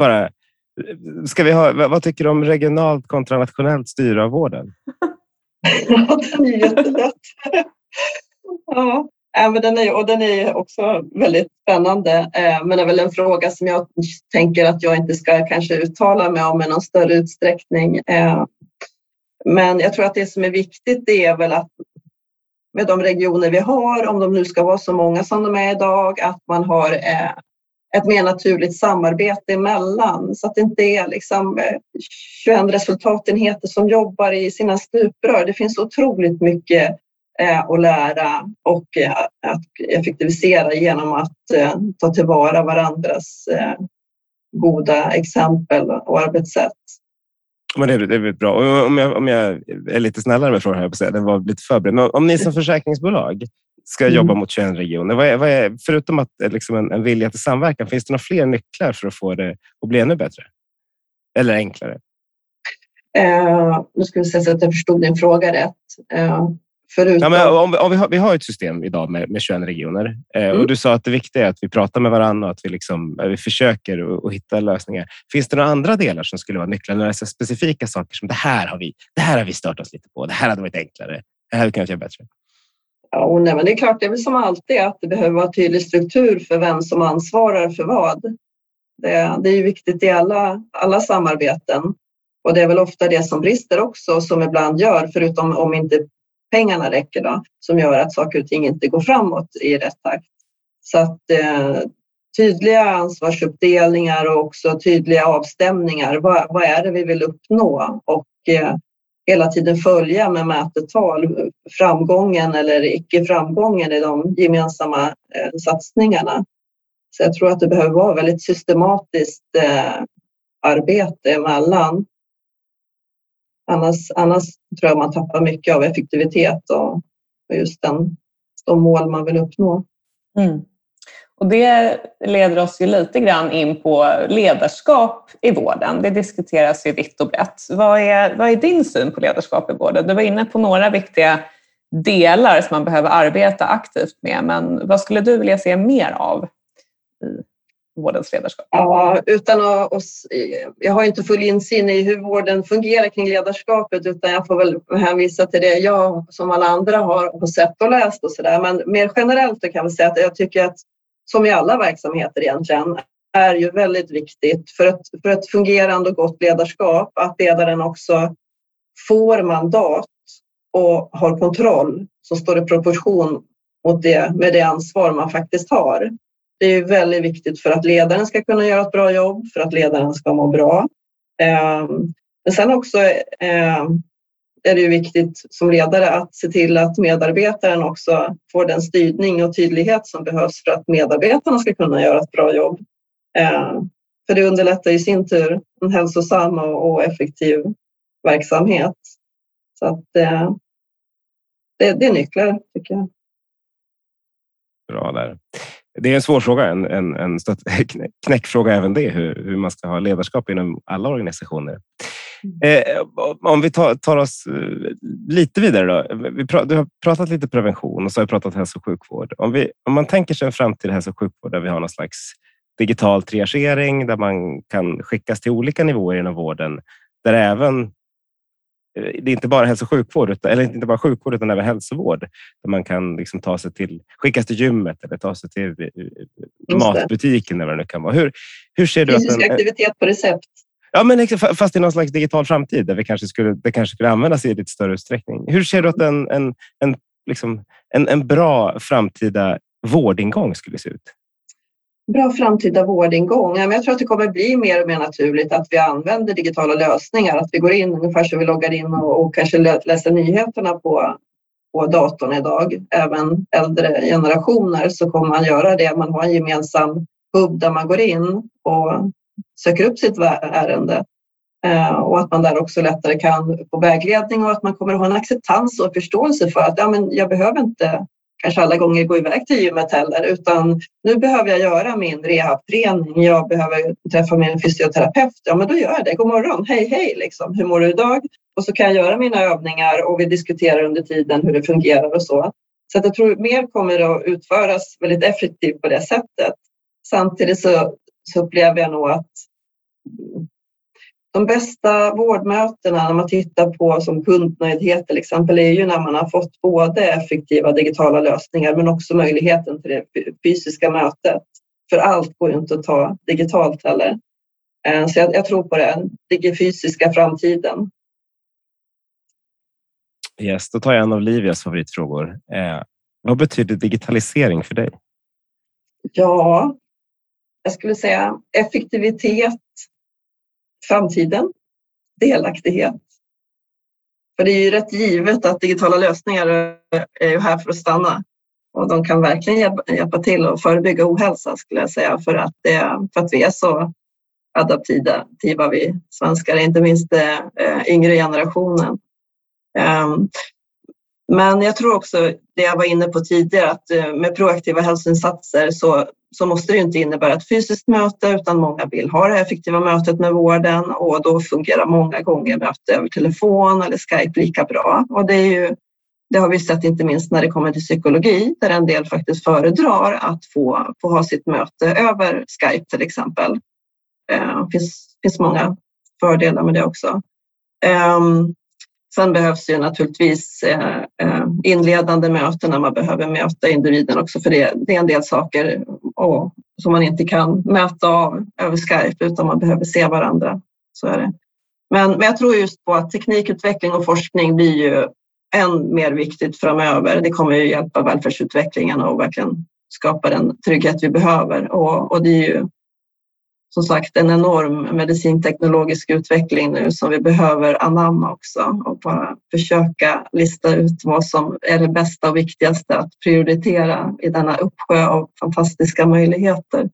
Vad tycker du om regionalt kontra nationellt styre av vården? Ja, den är jättelätt. Ja, men den är också väldigt spännande. Men det är väl en fråga som jag tänker att jag inte ska kanske uttala mig om i någon större utsträckning. Men jag tror att det som är viktigt, det är väl att med de regioner vi har, om de nu ska vara så många som de är idag, att man har ett mer naturligt samarbete emellan, så att det inte är liksom 21 resultatenheter som jobbar i sina stuprör. Det finns otroligt mycket att lära och att effektivisera genom att ta tillvara varandras goda exempel och arbetssätt. Men det är bra. Och om jag är lite snällare med frågan här, på att säga, den var lite förberedd. Men om ni som försäkringsbolag ska jobba mot 21 regioner, vad är, förutom att liksom en vilja till samverkan, finns det några fler nycklar för att få det att bli ännu bättre? Eller enklare? Nu ska vi se så att jag förstod din fråga rätt. Vi har ett system idag med 21 regioner. Och du sa att det viktiga är att vi pratar med varandra och att vi försöker att hitta lösningar. Finns det några andra delar som skulle vara nycklar? Några specifika saker som det här har vi stört oss lite på. Det här hade varit enklare. Det här hade kunnat göra bättre. Ja, men det är klart, det är väl som alltid att det behöver vara tydlig struktur för vem som ansvarar för vad. Det är ju viktigt i alla samarbeten. Och det är väl ofta det som brister också, som ibland gör, förutom om inte pengarna räcker då, som gör att saker och ting inte går framåt i rätt takt. Så att tydliga ansvarsuppdelningar och också tydliga avstämningar. Vad är det vi vill uppnå? Och hela tiden följa med mätetal framgången eller icke-framgången i de gemensamma satsningarna. Så jag tror att det behöver vara väldigt systematiskt arbete emellan. Annars tror jag man tappar mycket av effektivitet och just de mål man vill uppnå. Mm. Och det leder oss ju lite grann in på ledarskap i vården. Det diskuteras ju vitt och brett. Vad är din syn på ledarskap i vården? Du var inne på några viktiga delar som man behöver arbeta aktivt med. Men vad skulle du vilja se mer av i vårdens ledarskap? Ja, jag har inte full insyn i hur vården fungerar kring ledarskapet, utan jag får väl hänvisa till det jag som alla andra har sett och läst och sådär. Men mer generellt kan man säga att jag tycker att, som i alla verksamheter egentligen, är ju väldigt viktigt för ett fungerande och gott ledarskap att ledaren också får mandat och har kontroll som står i proportion med det ansvar man faktiskt har. Det är väldigt viktigt för att ledaren ska kunna göra ett bra jobb, för att ledaren ska må bra. Men sen också är det ju viktigt som ledare att se till att medarbetaren också får den styrning och tydlighet som behövs för att medarbetarna ska kunna göra ett bra jobb. För det underlättar i sin tur en hälsosam och effektiv verksamhet. Så att det är nycklar, tycker jag. Bra där. Det är en svår fråga, en knäckfråga även det, hur man ska ha ledarskap inom alla organisationer. Om vi tar oss lite vidare då. Du har pratat lite prevention och så har vi pratat hälso- och sjukvård. Om man tänker sig en framtida hälso- och sjukvård där vi har någon slags digital triagering där man kan skickas till olika nivåer inom vården, där även det är inte bara hälso- och sjukvård, eller inte bara sjukvård utan även hälsovård, där man kan liksom skickas till gymmet eller ta sig till matbutiken eller vad det nu kan vara. Hur ser du fysisk aktivitet på recept? Ja, men fast i någon slags digital framtid där det kanske skulle användas i lite större utsträckning. Hur ser du att en bra framtida vårdingång skulle se ut? Bra framtida vårdingång. Jag tror att det kommer bli mer och mer naturligt att vi använder digitala lösningar. Att vi går in ungefär så vi loggar in och kanske läser nyheterna på datorn idag. Även äldre generationer så kommer man göra det. Man har en gemensam hubb där man går in och söker upp sitt ärende. Och att man där också lättare kan få vägledning och att man kommer att ha en acceptans och förståelse för att jag behöver inte kanske alla gånger gå iväg till gymmet heller, utan nu behöver jag göra min rehabträning, jag behöver träffa min fysioterapeut, men då gör jag det, god morgon, hej liksom, hur mår du idag? Och så kan jag göra mina övningar och vi diskuterar under tiden hur det fungerar och så. Så att jag tror mer kommer att utföras väldigt effektivt på det sättet. Samtidigt så upplever jag nog att de bästa vårdmötena när man tittar på som kundnöjdhet till exempel är ju när man har fått både effektiva digitala lösningar men också möjligheten till det fysiska mötet. För allt går ju inte att ta digitalt heller. Så jag tror på den fysiska framtiden. Yes, då tar jag en av Livias favoritfrågor. Vad betyder digitalisering för dig? Ja, jag skulle säga effektivitet, framtiden, delaktighet. För det är ju rätt givet att digitala lösningar är ju här för att stanna. Och de kan verkligen hjälpa till att förebygga ohälsa skulle jag säga. För att vi är så adaptiva vi svenskar, inte minst yngre generationen. Men jag tror också det jag var inne på tidigare att med proaktiva hälsoinsatser så måste det inte innebära ett fysiskt möte utan många vill ha det effektiva mötet med vården och då fungerar många gånger möte över telefon eller Skype lika bra. Och det har vi sett inte minst när det kommer till psykologi där en del faktiskt föredrar att få ha sitt möte över Skype till exempel. Det finns många fördelar med det också. Sen behövs ju naturligtvis inledande möten när man behöver möta individen också för det är en del saker som man inte kan mäta av över Skype utan man behöver se varandra. Så är det. Men jag tror just på att teknikutveckling och forskning blir ju än mer viktigt framöver. Det kommer ju hjälpa välfärdsutvecklingen och verkligen skapa den trygghet vi behöver. Och det är ju som sagt en enorm medicinteknologisk utveckling nu som vi behöver anamma också och bara försöka lista ut vad som är det bästa och viktigaste att prioritera i denna uppsjö av fantastiska möjligheter.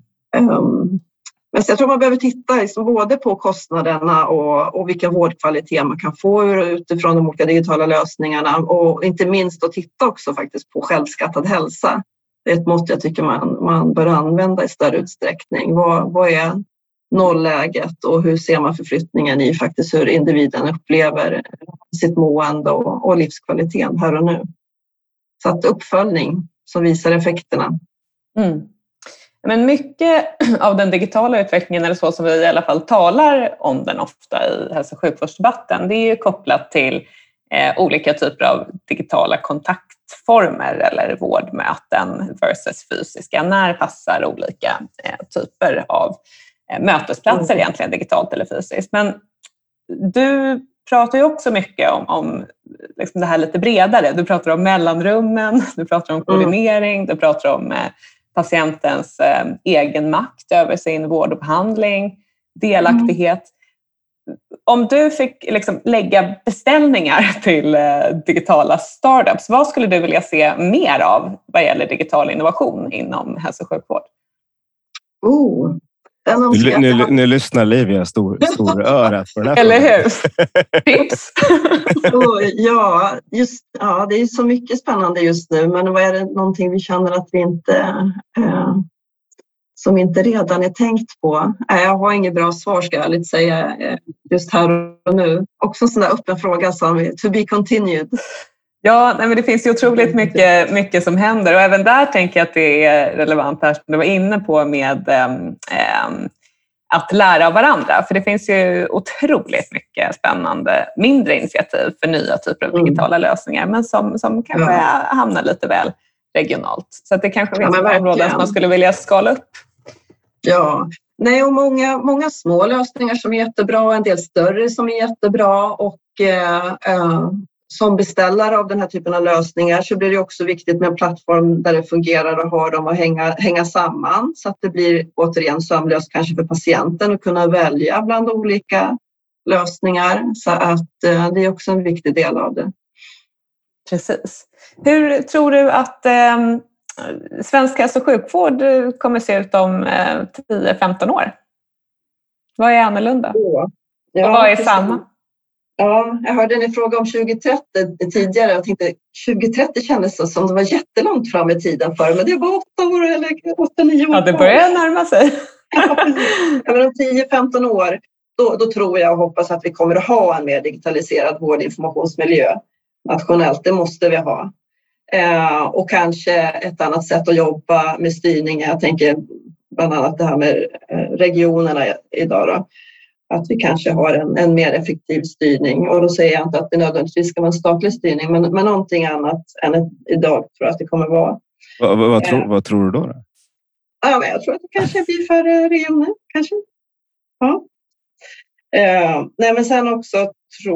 Men jag tror man behöver titta liksom både på kostnaderna och vilken vårdkvalitet man kan få utifrån de olika digitala lösningarna och inte minst att titta också faktiskt på självskattad hälsa. Det är ett mått jag tycker man bör använda i större utsträckning. Vad är nollläget och hur ser man förflyttningen i faktiskt hur individen upplever sitt mående och livskvaliteten här och nu. Så att uppföljning som visar effekterna. Mm. Men mycket av den digitala utvecklingen, eller så som vi i alla fall talar om den ofta i hälso- och sjukvårdsdebatten, det är ju kopplat till olika typer av digitala kontaktformer eller vårdmöten versus fysiska. När passar olika typer av mötesplatser egentligen digitalt eller fysiskt? Men du pratar ju också mycket om liksom det här lite bredare. Du pratar om mellanrummen, du pratar om koordinering, du pratar om patientens egen makt över sin vård och behandling, delaktighet. Om du fick liksom lägga beställningar till digitala startups, vad skulle du vilja se mer av vad gäller digital innovation inom hälso- och sjukvård? Nu lyssnar Livia storörat på den här Eller hur? Tips! Det är så mycket spännande just nu, men vad är det någonting vi känner att vi inte som inte redan är tänkt på? Jag har inget bra svar, ska jag ärligt säga, just här och nu. Också en sån där öppen fråga som to be continued. Ja, men det finns ju otroligt mycket som händer, och även där tänker jag att det är relevant här som du var inne på med att lära av varandra. För det finns ju otroligt mycket spännande mindre initiativ för nya typer av digitala lösningar, men som kanske hamnar lite väl regionalt. Så att det kanske finns områden som man skulle vilja skala upp. Ja, och många små lösningar som är jättebra, en del större som är jättebra, och som beställare av den här typen av lösningar så blir det också viktigt med en plattform där det fungerar och har dem att hänga samman, så att det blir återigen sömlöst kanske för patienten att kunna välja bland olika lösningar, så att det är också en viktig del av det. Precis. Hur tror du att svensk hälso- och sjukvård kommer se ut om 10-15 år? Vad är annorlunda? Och vad är samma? Ja, jag hörde en fråga om 2030 tidigare. Jag tänkte 2030 kändes som det var jättelångt fram i tiden för, men det var 8 år eller 8-9 år. Ja, det börjar närma sig. Men om 10-15 år, då tror jag och hoppas att vi kommer att ha en mer digitaliserad vårdinformationsmiljö nationellt. Det måste vi ha. Och kanske ett annat sätt att jobba med styrning. Jag tänker bland annat det här med regionerna idag då. Att vi kanske har en mer effektiv styrning. Och då säger jag inte att det nödvändigtvis ska vara en statlig styrning, men någonting annat än idag tror jag att det kommer vara. Vad tror du då? Ja, men jag tror att det kanske blir färre regioner, kanske. Ja. Men sen också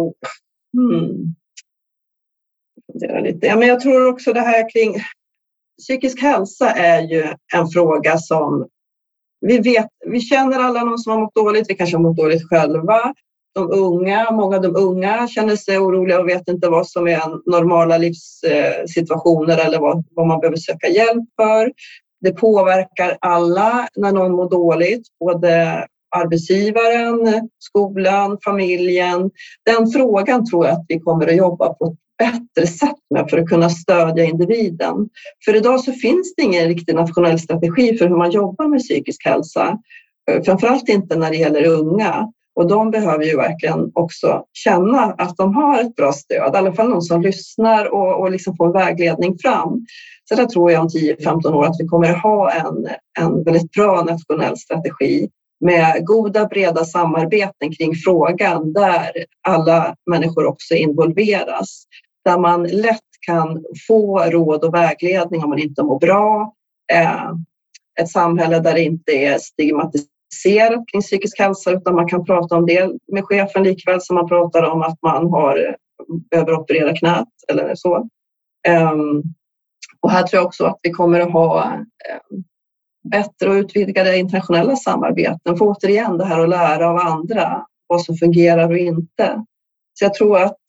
men jag tror också det här kring psykisk hälsa är ju en fråga som vi känner alla någon som har mått dåligt, vi kanske har mått dåligt själva. Många av de unga känner sig oroliga och vet inte vad som är normala livssituationer eller vad man behöver söka hjälp för. Det påverkar alla när någon mår dåligt, både arbetsgivaren, skolan, familjen. Den frågan tror jag att vi kommer att jobba på ett bättre sätt med för att kunna stödja individen. För idag så finns det ingen riktig nationell strategi för hur man jobbar med psykisk hälsa. Framförallt inte när det gäller unga. Och de behöver ju verkligen också känna att de har ett bra stöd. I alla fall någon som lyssnar och liksom får vägledning fram. Så där tror jag om 10-15 år att vi kommer att ha en väldigt bra nationell strategi med goda breda samarbeten kring frågan där alla människor också involveras. Där man lätt kan få råd och vägledning om man inte mår bra. Ett samhälle där det inte är stigmatiserat kring psykisk hälsa, utan man kan prata om det med chefen likväl som man pratar om att man behöver operera knät eller så. Och här tror jag också att vi kommer att ha bättre och utvidgade internationella samarbeten. För återigen det här att lära av andra vad som fungerar och inte. Så jag tror att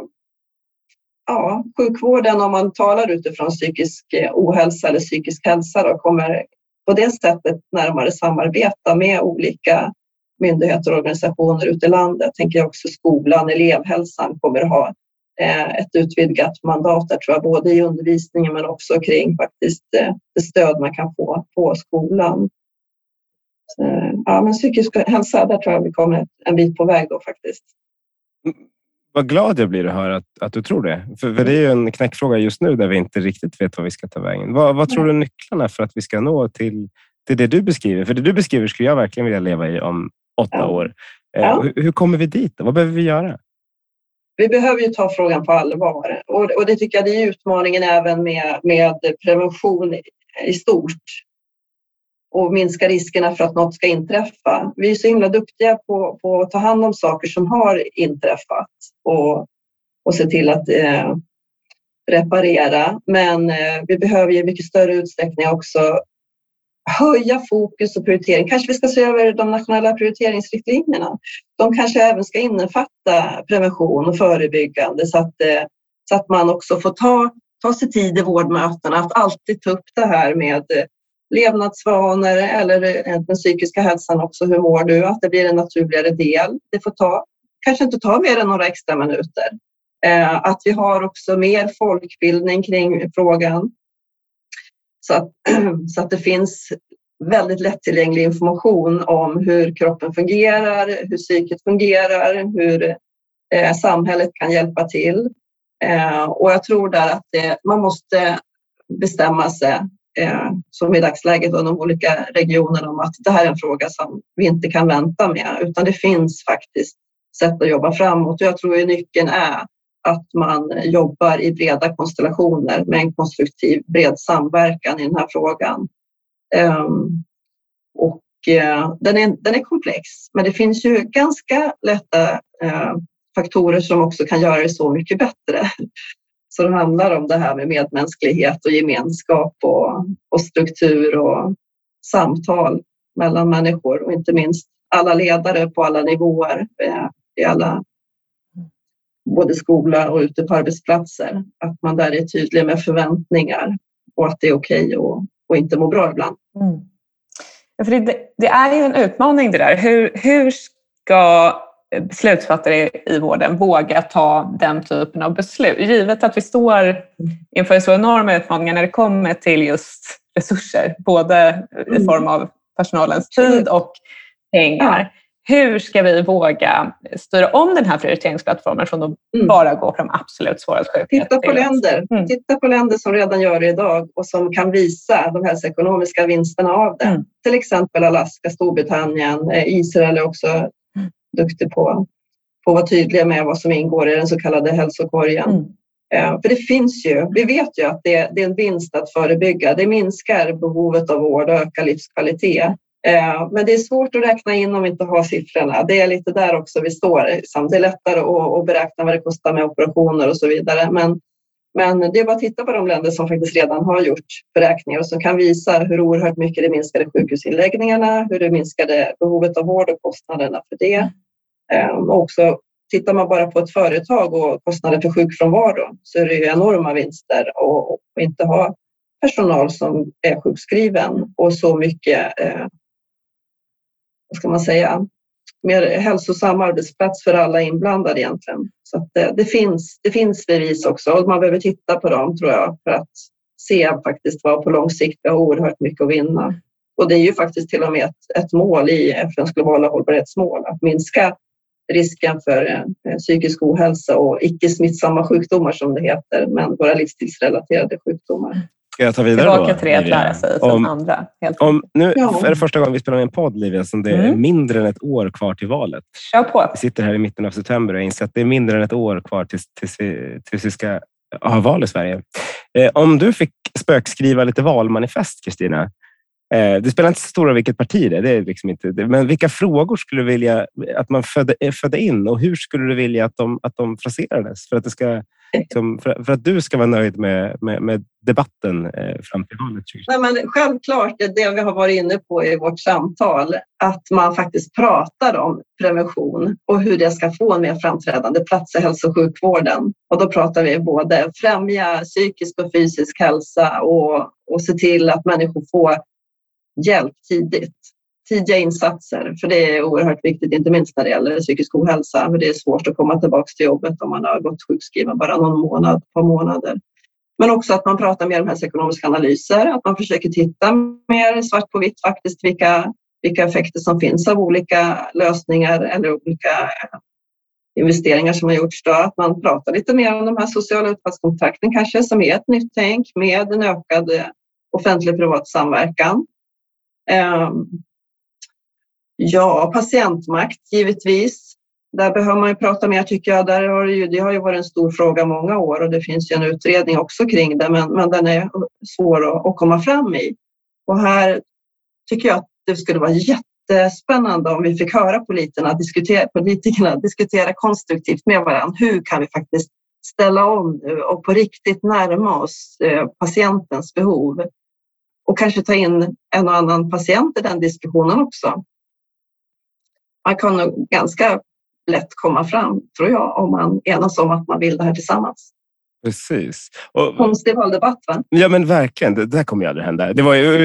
sjukvården, om man talar utifrån psykisk ohälsa eller psykisk hälsa, då kommer på det sättet närmare samarbeta med olika myndigheter och organisationer ute i landet. Tänker jag också skolan, elevhälsan kommer att ha ett utvidgat mandat där, tror jag, både i undervisningen men också kring faktiskt det stöd man kan få på skolan. Men psykisk hälsa, där tror jag vi kommer en bit på väg då faktiskt. Vad glad jag blir att höra att du tror det. För det är ju en knäckfråga just nu där vi inte riktigt vet vad vi ska ta vägen. Vad tror du nycklarna för att vi ska nå till det du beskriver? För det du beskriver skulle jag verkligen vilja leva i om 8 år. Hur kommer vi dit? Vad behöver vi göra? Vi behöver ju ta frågan på allvar. Och det tycker jag det är utmaningen även med prevention i stort. Och minska riskerna för att något ska inträffa. Vi är så himla duktiga på att ta hand om saker som har inträffat. Och se till att reparera. Men vi behöver i mycket större utsträckning också höja fokus och prioritering. Kanske vi ska se över de nationella prioriteringsriktlinjerna. De kanske även ska innefatta prevention och förebyggande så att man också får ta sig tid i vårdmötena att alltid ta upp det här med levnadsvanor eller den psykiska hälsan också. Hur mår du? Att det blir en naturligare del. Det får kanske inte ta mer än några extra minuter. Att vi har också mer folkbildning kring frågan. Så att det finns väldigt lättillgänglig information om hur kroppen fungerar, hur psyket fungerar, hur samhället kan hjälpa till. Och jag tror där att man måste bestämma sig, som i dagsläget och de olika regionerna, om att det här är en fråga som vi inte kan vänta med, utan det finns faktiskt sätt att jobba framåt. Och jag tror att nyckeln är att man jobbar i breda konstellationer med en konstruktiv bred samverkan i den här frågan. Den är komplex, men det finns ju ganska lätta faktorer som också kan göra det så mycket bättre. Så det handlar om det här med medmänsklighet och gemenskap och struktur och samtal mellan människor och inte minst alla ledare på alla nivåer i alla både skola och ute på arbetsplatser. Att man där är tydlig med förväntningar och att det är okej och inte må bra ibland. Mm. Ja, för det är ju en utmaning det där. Hur ska beslutsfattare i vården våga ta den typen av beslut? Givet att vi står inför så enorma utmaningar när det kommer till just resurser, både i form av personalens tid och pengar. Hur ska vi våga styra om den här prioriteringsplattformen från att bara gå på de absolut svåraste sjukheterna? Titta på länder som redan gör det idag och som kan visa de hälsoekonomiska vinsterna av det. Till exempel Alaska, Storbritannien, Israel är också duktig på att vara tydliga med vad som ingår i den så kallade hälsokorgen. För det finns ju, vi vet ju att det är en vinst att förebygga. Det minskar behovet av vård och ökar livskvalitet. Men det är svårt att räkna in om vi inte har siffrorna. Det är lite där också vi står. Det är lättare att beräkna vad det kostar med operationer och så vidare. Men det är bara att titta på de länder som faktiskt redan har gjort beräkningar och som kan visa hur oerhört mycket det minskade sjukhusinläggningarna, hur det minskade behovet av vård och kostnaderna för det. Och också tittar man bara på ett företag och kostnader för sjukfrånvaro så är det ju enorma vinster att inte ha personal som är sjukskriven och så mycket vad ska man säga, mer hälsosam arbetsplats för alla inblandade egentligen. Så att det finns bevis också och man behöver titta på dem tror jag för att se faktiskt vad på lång sikt vi har oerhört mycket att vinna. Och det är ju faktiskt till och med ett mål i FN:s globala hållbarhetsmål att minska risken för psykisk ohälsa och icke-smittsamma sjukdomar som det heter, men våra livsstilsrelaterade sjukdomar. Ska jag ta vidare tillbaka till det att lära sig från andra. Nu är det första gången vi spelar en podd, Livia, som det är mindre än ett år kvar till valet. Kör på. Vi sitter här i mitten av september och inser att det är mindre än ett år kvar tills vi ska ha val i Sverige. Om du fick spökskriva lite valmanifest, Kristina, det spelar inte så stor vilket parti det är liksom inte. Men vilka frågor skulle du vilja att man födde in och hur skulle du vilja att de fraserades för att det ska för att du ska vara nöjd med debatten fram till valet? Nej, men självklart är det vi har varit inne på i vårt samtal att man faktiskt pratar om prevention och hur det ska få en mer framträdande plats i hälso- och sjukvården. Och då pratar vi både främja psykisk och fysisk hälsa och se till att människor får hjälp tidigt. Tidiga insatser, för det är oerhört viktigt, inte minst när det gäller psykisk ohälsa. För det är svårt att komma tillbaka till jobbet om man har gått sjukskriven bara någon par månader. Men också att man pratar mer om hälsoekonomiska analyser, att man försöker titta mer svart på vitt faktiskt vilka effekter som finns av olika lösningar eller olika investeringar som har gjorts. Då. Att man pratar lite mer om de här sociala utfallskontrakten kanske som är ett nytt tänk med en ökad offentlig-privat samverkan. Ja, patientmakt givetvis. Där behöver man ju prata mer tycker jag. Det har ju varit en stor fråga många år och det finns ju en utredning också kring det men den är svår att komma fram i. Och här tycker jag att det skulle vara jättespännande om vi fick höra politikerna diskutera konstruktivt med varandra. Hur kan vi faktiskt ställa om nu och på riktigt närma oss patientens behov? Och kanske ta in en och annan patient i den diskussionen också. Man kan nog ganska lätt komma fram, tror jag, om man enas om att man vill det här tillsammans. Precis. Konstig valdebatt, va? Ja, men verkligen. Det där kommer ju aldrig hända.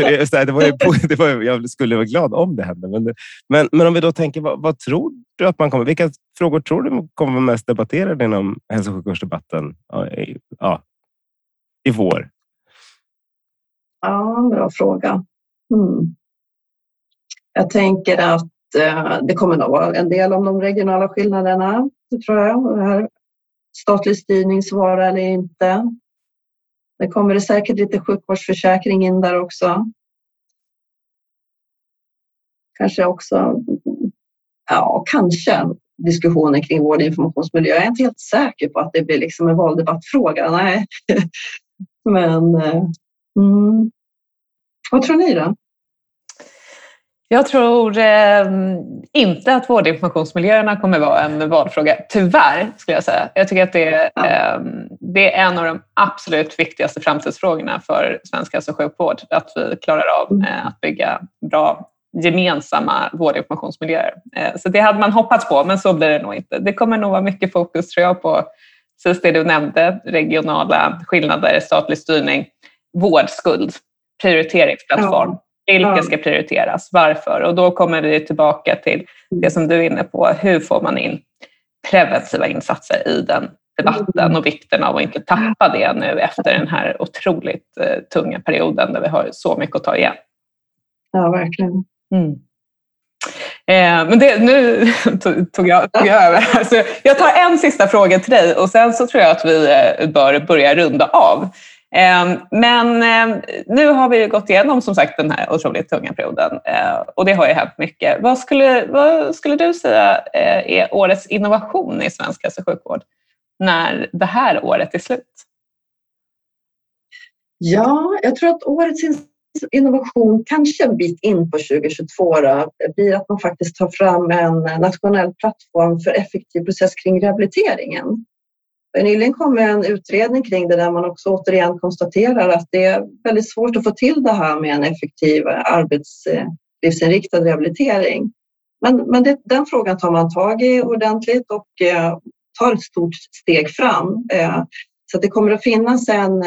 Jag skulle vara glad om det hände. Men om vi då tänker, vad tror du att man kommer... Vilka frågor tror du kommer mest debatterade inom hälso- och sjukvårdsdebatten i vår? Ja, bra fråga. Jag tänker att det kommer nog vara en del om de regionala skillnaderna, det tror jag. Det här statlig styrning svara eller inte. Det kommer det säkert lite sjukvårdsförsäkring in där också. Kanske också, kanske diskussioner kring vård- och informationsmiljö. Jag är inte helt säker på att det blir liksom en valdebattfråga. Nej. Men vad tror ni då? Jag tror inte att vårdinformationsmiljöerna kommer vara en valfråga. Tyvärr, skulle jag säga. Jag tycker att det är en av de absolut viktigaste framtidsfrågorna för svensk hälso- och sjukvård. Att vi klarar av att bygga bra gemensamma vårdinformationsmiljöer. Så det hade man hoppats på, men så blir det nog inte. Det kommer nog vara mycket fokus, tror jag, på precis det du nämnde. Regionala skillnader, statlig styrning, vårdskuld, prioriteringsplattform. Vilka ska prioriteras? Varför? Och då kommer vi tillbaka till det som du är inne på. Hur får man in preventiva insatser i den debatten och vikten av att inte tappa det nu efter den här otroligt tunga perioden där vi har så mycket att ta igen. Ja, verkligen. Men nu tog jag över. Så jag tar en sista fråga till dig och sen så tror jag att vi bör börja runda av. Men nu har vi gått igenom som sagt den här otroligt tunga perioden och det har ju hänt mycket. Vad skulle du säga är årets innovation i svensk hälso- och sjukvård när det här året är slut? Ja, jag tror att årets innovation kanske en bit in på 2022 då, blir att man faktiskt tar fram en nationell plattform för effektiv process kring rehabiliteringen. Nyligen kom en utredning kring det där man också återigen konstaterar att det är väldigt svårt att få till det här med en effektiv arbetslivsinriktad rehabilitering. Men den frågan tar man tag i ordentligt och tar ett stort steg fram. Så att det kommer att finnas en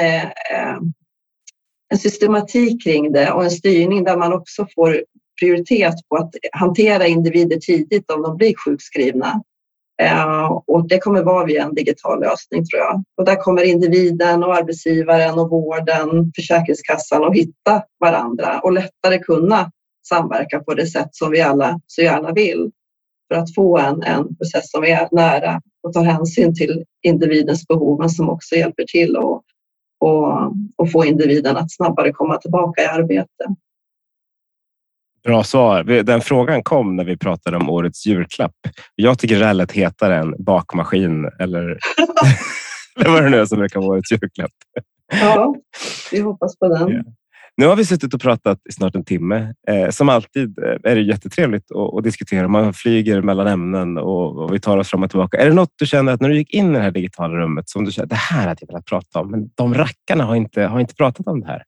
systematik kring det och en styrning där man också får prioritet på att hantera individer tidigt om de blir sjukskrivna. Och det kommer vara via en digital lösning, tror jag. Och där kommer individen och arbetsgivaren och vården, Försäkringskassan att hitta varandra och lättare kunna samverka på det sätt som vi alla så gärna vill för att få en process som är nära och tar hänsyn till individens behov men som också hjälper till och få individen att snabbare komma tillbaka i arbete. Bra svar. Den frågan kom när vi pratade om årets julklapp. Jag tycker det är lätt hetare än bakmaskin eller vad det nu är som brukar vara årets julklapp. Ja, vi hoppas på den. Yeah. Nu har vi suttit och pratat i snart en timme. Som alltid är det jättetrevligt att diskutera. Man flyger mellan ämnen och vi tar oss fram och tillbaka. Är det något du känner att när du gick in i det här digitala rummet som du känner, det här hade jag velat prata om, men de rackarna har inte pratat om det här?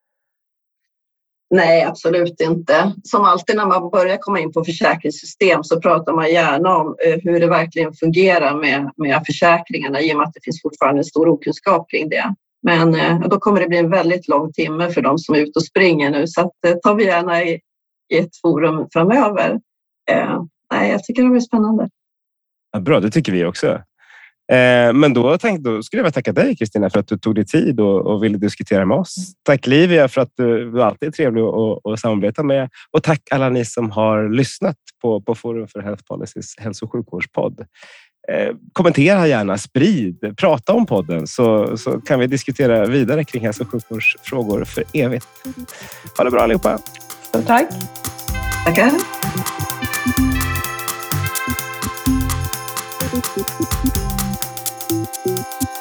Nej, absolut inte. Som alltid när man börjar komma in på försäkringssystem så pratar man gärna om hur det verkligen fungerar med försäkringarna i och med att det finns fortfarande en stor okunskap kring det. Men då kommer det bli en väldigt lång timme för de som är ute och springer nu så att tar vi gärna i ett forum framöver. Nej, jag tycker det är spännande. Ja, bra, det tycker vi också. Men då skulle jag vilja tacka dig, Kristina, för att du tog dig tid och ville diskutera med oss. Tack Livia för att du alltid är trevlig att samarbeta med. Och tack alla ni som har lyssnat på Forum för Health Policys hälso- och sjukvårdspodd. Kommentera gärna, sprid, prata om podden så kan vi diskutera vidare kring hälso- och sjukvårdsfrågor för evigt. Ha det bra allihopa. Tack. Tackar. Thank you.